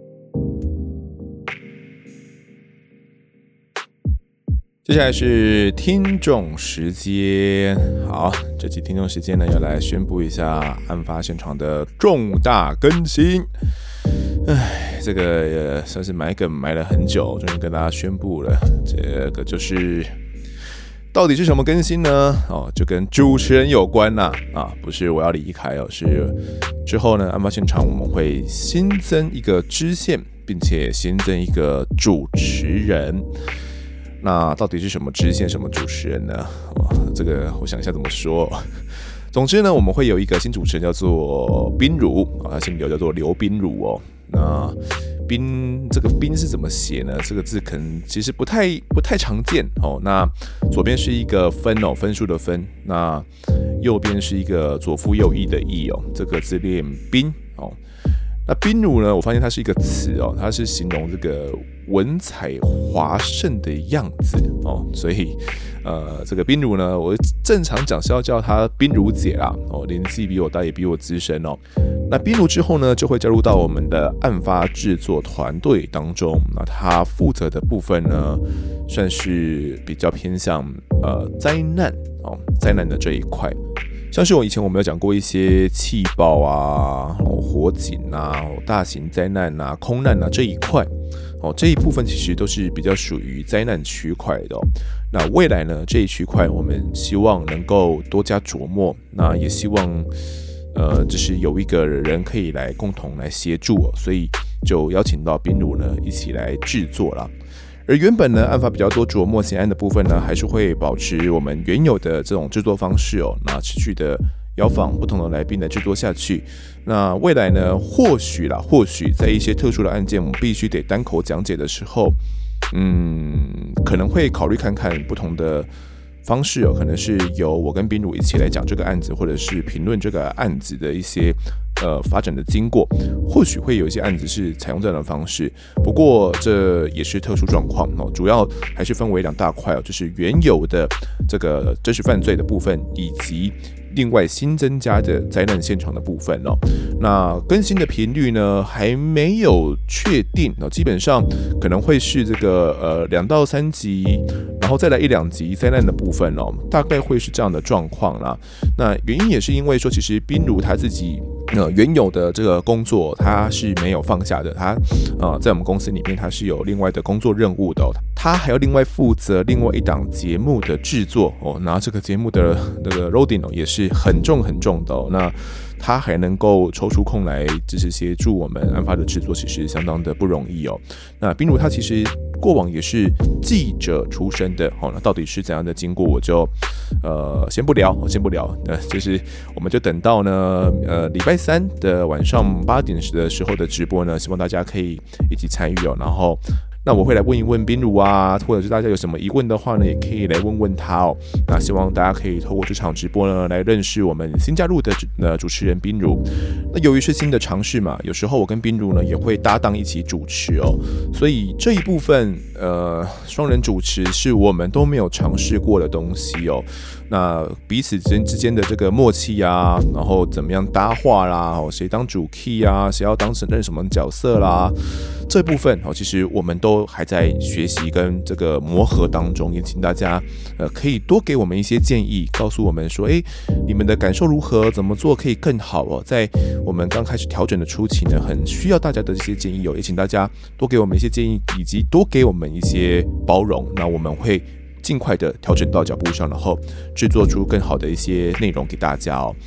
接下来是听众时间，好，这期听众时间呢要来宣布一下案发现场的重大更新。唉，这个也算是埋梗埋了很久，终于跟大家宣布了，这个就是到底是什么更新呢？哦，就跟主持人有关啦，啊，不是我要离开哦，是之后呢，案发现场我们会新增一个支线，并且新增一个主持人。那到底是什么支线，什么主持人呢？哇，这个我想一下怎么说。总之呢，我们会有一个新主持人叫做彬如啊，他姓刘，叫做刘彬如哦。那彬这个彬是怎么写呢？这个字可能其实不太不太常见哦。那左边是一个分哦，分数的分，那右边是一个左腹右翼的翼哦，这个字念彬哦。那彬如呢，我发现它是一个词哦，它是形容这个文采华盛的样子哦，所以呃，这个彬如呢，我正常讲是要叫她彬如姐啦哦，年纪比我大，也比我资深哦。那彬如之后呢，就会加入到我们的案发制作团队当中。那他负责的部分呢，算是比较偏向呃灾难哦，灾难的这一块。像是我以前我们有讲过一些气爆啊、火警啊、大型灾难啊、空难啊这一块，哦这一部分其实都是比较属于灾难区块的哦。那未来呢，这一区块我们希望能够多加琢磨，那也希望呃就是有一个人可以来共同来协助哦，所以就邀请到彬如呢一起来制作啦。而原本呢，案发比较多琢磨刑案的部分呢，还是会保持我们原有的这种制作方式哦，那持续的邀访不同的来宾来制作下去。那未来呢，或许啦，或许在一些特殊的案件，我们必须得单口讲解的时候，嗯，可能会考虑看看不同的方式哦，可能是由我跟彬如一起来讲这个案子，或者是评论这个案子的一些呃发展的经过，或许会有一些案子是采用这样的方式，不过这也是特殊状况哦，主要还是分为两大块哦，就是原有的这个真实犯罪的部分，以及另外新增加的灾难现场的部分哦。那更新的频率呢还没有确定哦，基本上可能会是这个呃两到三集，然后再来一两集灾难的部分哦，大概会是这样的状况啦。那原因也是因为说，其实彬如他自己呃原有的这个工作他是没有放下的，他呃在我们公司里面他是有另外的工作任务的哦，他还要另外负责另外一档节目的制作哦，那这个节目的那个 loading 哦也是很重很重的哦，那他还能够抽出空来就是协助我们案发的制作，其实相当的不容易哦。那彬如他其实过往也是记者出身的哦，那到底是怎样的经过，我就呃先不聊，先不聊，呃，就是我们就等到呢呃礼拜三的晚上八点的时候的直播呢，希望大家可以一起参与哦，然后。那我会来问一问彬如啊，或者是大家有什么疑问的话呢，也可以来问问他哦。那希望大家可以透过这场直播呢，来认识我们新加入的呃主持人彬如。那由于是新的尝试嘛，有时候我跟彬如呢也会搭档一起主持哦，所以这一部分呃双人主持是我们都没有尝试过的东西哦。那彼此之之间的这个默契啊，然后怎么样搭话啦，谁当主 key 啊，谁要当承认什么角色啦，这部分其实我们都还在学习跟这个磨合当中，也请大家呃可以多给我们一些建议，告诉我们说，哎，你们的感受如何，怎么做可以更好哦。在我们刚开始调整的初期呢，很需要大家的这些建议哦，也请大家多给我们一些建议，以及多给我们一些包容，那我们会尽快的调整到脚步上，然后制作出更好的一些内容给大家哦。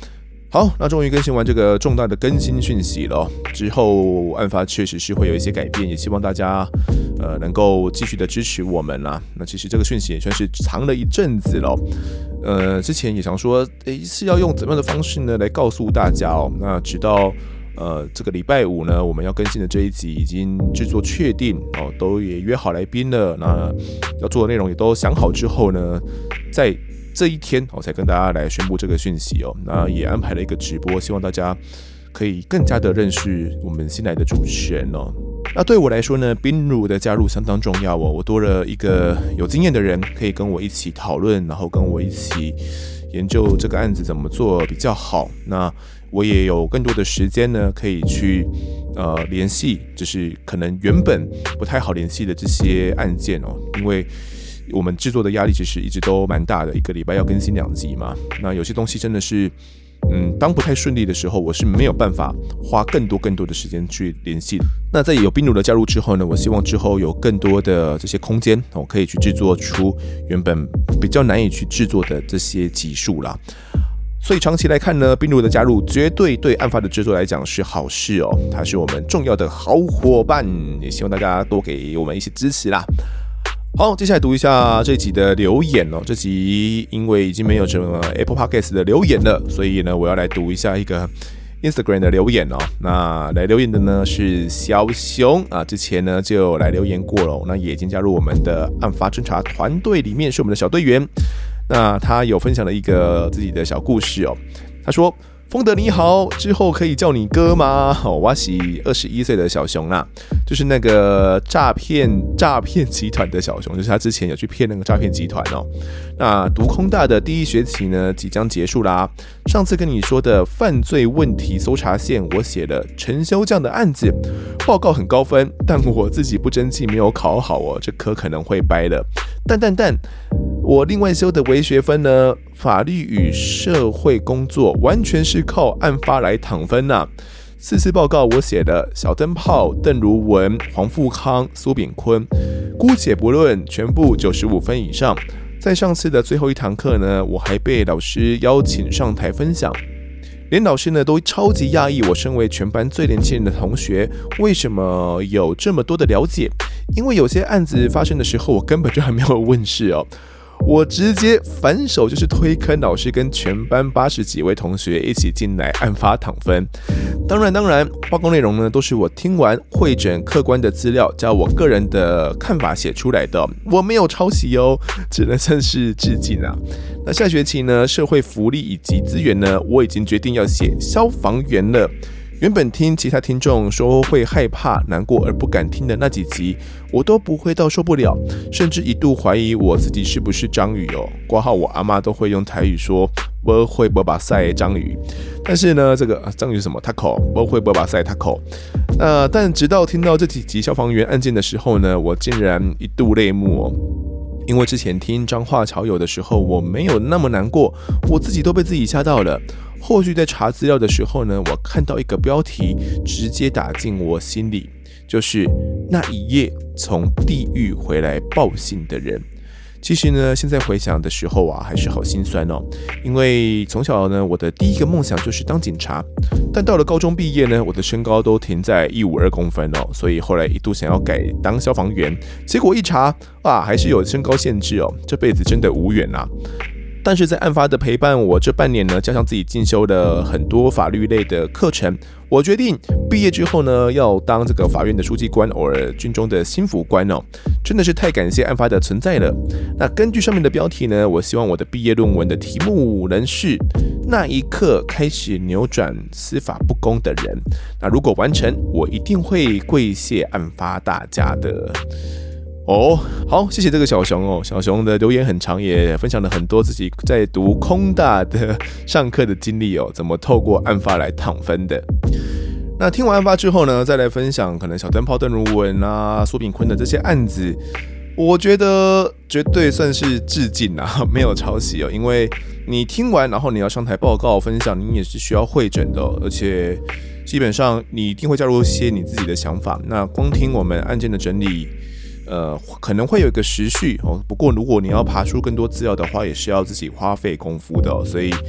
好，那终于更新完这个重大的更新讯息了。之后案发确实是会有一些改变，也希望大家呃能够继续的支持我们啦。那其实这个讯息也算是藏了一阵子了。呃，之前也想说，诶，是要用怎么样的方式呢来告诉大家哦？那直到呃这个礼拜五呢，我们要更新的这一集已经制作确定哦，都也约好来宾了。那要做的内容也都想好之后呢，在这一天我、哦、才跟大家来宣布这个讯息哦。那也安排了一个直播，希望大家可以更加的认识我们新来的主持人哦。那对我来说呢，彬如的加入相当重要哦。我多了一个有经验的人，可以跟我一起讨论，然后跟我一起研究这个案子怎么做比较好。那我也有更多的时间呢，可以去呃联系，就是可能原本不太好联系的这些案件哦，因为我们制作的压力其实一直都蛮大的，一个礼拜要更新两集嘛。那有些东西真的是，嗯，当不太顺利的时候，我是没有办法花更多更多的时间去联系的。那在有彬如的加入之后呢，我希望之后有更多的这些空间，我可以去制作出原本比较难以去制作的这些集数啦。所以长期来看呢，彬如的加入绝对对案发的制作来讲是好事哦，他是我们重要的好伙伴，也希望大家多给我们一些支持啦。好，接下来读一下这集的留言哦。这集因为已经没有什么 Apple Podcast 的留言了，所以呢，我要来读一下一个 Instagram 的留言哦。那来留言的呢是小熊啊，之前呢就有来留言过了，那也已经加入我们的案发侦查团队里面，是我们的小队员。那他有分享了一个自己的小故事哦。他说：“丰德你好，之后可以叫你哥吗？”哦，我是二十一岁的小熊啦，就是那个诈骗诈骗集团的小熊，就是他之前有去骗那个诈骗集团哦。那读空大的第一学期呢，即将结束啦。上次跟你说的犯罪问题搜查线，我写了陈修匠的案子，报告很高分，但我自己不争气，没有考好哦，这科可能会掰了。但但但。我另外修的微学分呢，法律与社会工作完全是靠案发来躺分呐、啊。四次报告我写了小灯泡、邓如文、黄富康、苏炳坤，姑且不论，全部九十五分以上。在上次的最后一堂课呢，我还被老师邀请上台分享，连老师呢都超级讶异，我身为全班最年轻人的同学，为什么有这么多的了解？因为有些案子发生的时候，我根本就还没有问世哦。我直接反手就是推坑老师跟全班八十几位同学一起进来案发躺分。当然当然，报告内容呢都是我听完汇整客观的资料，加我个人的看法写出来的，我没有抄袭哦，只能算是致敬啊。那下学期呢，社会福利以及资源呢，我已经决定要写消防员了。原本听其他听众说会害怕、难过而不敢听的那几集，我都不会到受不了，甚至一度怀疑我自己是不是章鱼哦。括号我阿妈都会用台语说不会不把赛章鱼，但是呢，这个、啊、章鱼是什么？他口不会不把赛他口。呃，但直到听到这几集消防员案件的时候呢，我竟然一度泪目哦。因为之前听彰化侨友的时候，我没有那么难过，我自己都被自己吓到了。后续在查资料的时候呢，我看到一个标题，直接打进我心里，就是那一夜从地狱回来报信的人。其实呢，现在回想的时候啊，还是好心酸哦。因为从小呢，我的第一个梦想就是当警察，但到了高中毕业呢，我的身高都停在一五二公分哦，所以后来一度想要改当消防员，结果一查啊，还是有身高限制哦，这辈子真的无缘啊。但是在案发的陪伴我这半年呢，加上自己进修了很多法律类的课程，我决定毕业之后呢，要当这个法院的书记官，偶尔军中的心辅官哦，真的是太感谢案发的存在了。那根据上面的标题呢，我希望我的毕业论文的题目能是那一刻开始扭转司法不公的人。那如果完成，我一定会跪谢案发大家的。哦，好，谢谢这个小熊哦。小熊的留言很长，也分享了很多自己在读空大的上课的经历哦，怎么透过案发来躺分的。那听完案发之后呢，再来分享可能小灯泡邓如文啊、苏炳坤的这些案子，我觉得绝对算是致敬啊，没有抄袭哦。因为你听完，然后你要上台报告分享，你也是需要汇整的、哦，而且基本上你一定会加入一些你自己的想法。那光听我们案件的整理。呃，可能会有一个时序哦。不过，如果你要爬出更多资料的话，也是要自己花费功夫的、哦。所以，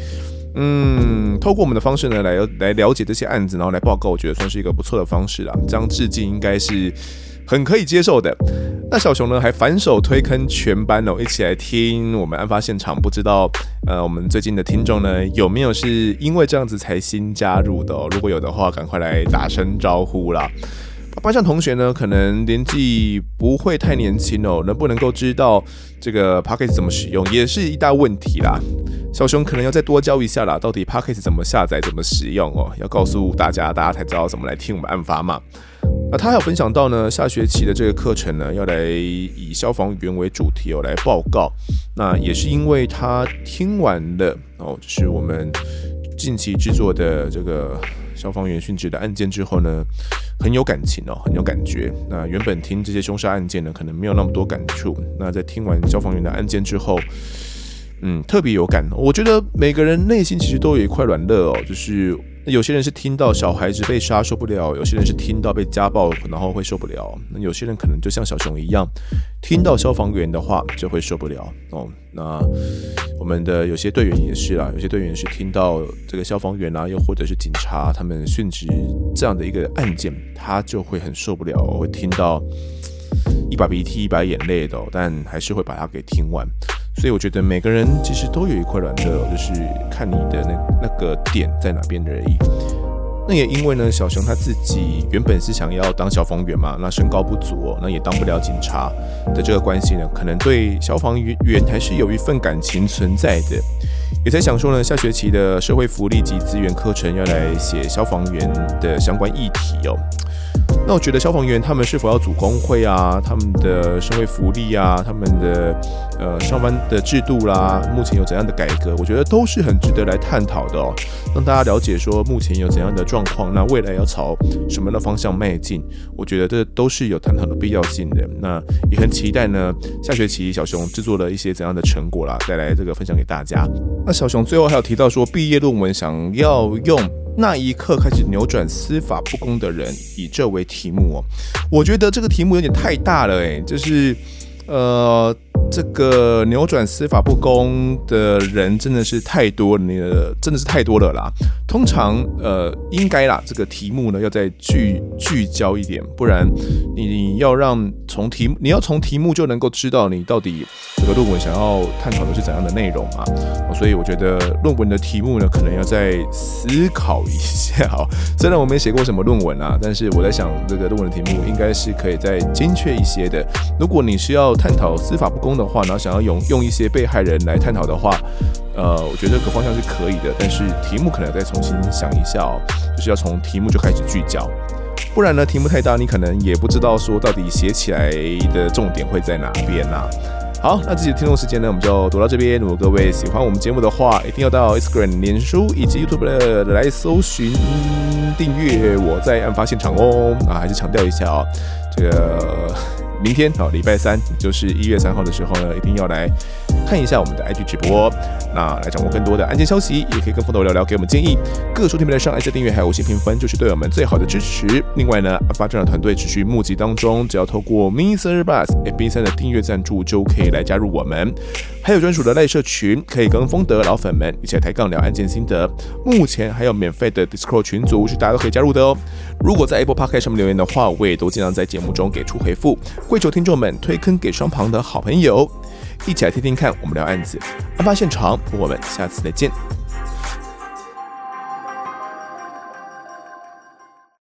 嗯，透过我们的方式呢，来来了解这些案子，然后来报告，我觉得算是一个不错的方式啦。这样致敬应该是很可以接受的。那小熊呢，还反手推坑全班哦，一起来听我们案发现场。不知道呃，我们最近的听众呢，有没有是因为这样子才新加入的哦？如果有的话，赶快来打声招呼啦。班上同学呢，可能年纪不会太年轻哦，能不能够知道这个 Podcast 怎么使用，也是一大问题啦。小熊可能要再多教一下啦，到底 Podcast 怎么下载、怎么使用哦，要告诉大家，大家才知道怎么来听我们案发嘛。那他还有分享到呢，下学期的这个课程呢，要来以消防员为主题哦来报告。那也是因为他听完了哦，就是我们近期制作的这个消防员殉职的案件之后呢，很有感情哦，很有感觉。那原本听这些凶杀案件呢，可能没有那么多感触。那在听完消防员的案件之后，嗯，特别有感。我觉得每个人内心其实都有一块软肋哦，就是有些人是听到小孩子被杀受不了，有些人是听到被家暴然后会受不了，那有些人可能就像小熊一样，听到消防员的话就会受不了哦。那我们的有些队员也是啦，有些队员是听到这个消防员啊，又或者是警察他们殉职这样的一个案件，他就会很受不了，会听到一把鼻涕一把眼泪的、哦，但还是会把它给听完。所以我觉得每个人其实都有一块软肋、哦，就是看你的那那个点在哪边而已。那也因为呢，小熊他自己原本是想要当消防员嘛，那身高不足哦，那也当不了警察的这个关系呢，可能对消防员还是有一份感情存在的。也在想说呢，下学期的社会福利及资源课程要来写消防员的相关议题哦。那我觉得消防员他们是否要组工会啊，他们的社会福利啊，他们的呃上班的制度啦，目前有怎样的改革，我觉得都是很值得来探讨的哦，让大家了解说目前有怎样的状况，那未来要朝什么样的方向迈进，我觉得这都是有探讨的必要性的。那也很期待呢，下学期小熊制作了一些怎样的成果啦，再来这个分享给大家。那小熊最后还有提到说，毕业论文想要用那一刻开始扭转司法不公的人，以这为题目哦。我觉得这个题目有点太大了哎，就是呃，这个扭转司法不公的人真的是太多了，真的是太多了啦。通常呃，应该啦，这个题目呢要再聚聚焦一点，不然你要让从题目，你要从题目就能够知道你到底这个论文想要探讨的是怎样的内容嘛。所以我觉得论文的题目呢，可能要再思考一下哦。虽然我没写过什么论文啊，但是我在想这个论文的题目应该是可以再精确一些的。如果你是要探讨司法不公的话，然后想要用用一些被害人来探讨的话，呃，我觉得这个方向是可以的，但是题目可能要再重新想一下哦，就是要从题目就开始聚焦，不然呢，题目太大，你可能也不知道说到底写起来的重点会在哪边啊。好，那这期的听众时间呢，我们就读到这边。如果各位喜欢我们节目的话，一定要到 Instagram、脸书以及 YouTube 的来搜寻、订阅我在案发现场哦。啊，还是强调一下哦，这个明天好，礼拜三就是一月三号的时候呢，一定要来看一下我们的 I G 直播，那来掌握更多的案件消息，也可以跟朋友聊聊，给我们建议。各收听平台上按下订阅还有五星评分，就是对我们最好的支持。另外呢，案发这样的团队持续募集当中，只要透过 Mister Bus F B 三的订阅赞助，就可以来加入我们。还有专属的赖社群，可以跟风德老粉们一起来抬杠聊案件心得。目前还有免费的 Discord 群组，是大家都可以加入的哦。如果在 Apple Podcast 上面留言的话，我也都尽量在节目中给出回复。跪求听众们推坑给双旁的好朋友，一起来听听看我们聊案子。案发现场，我们下次再见。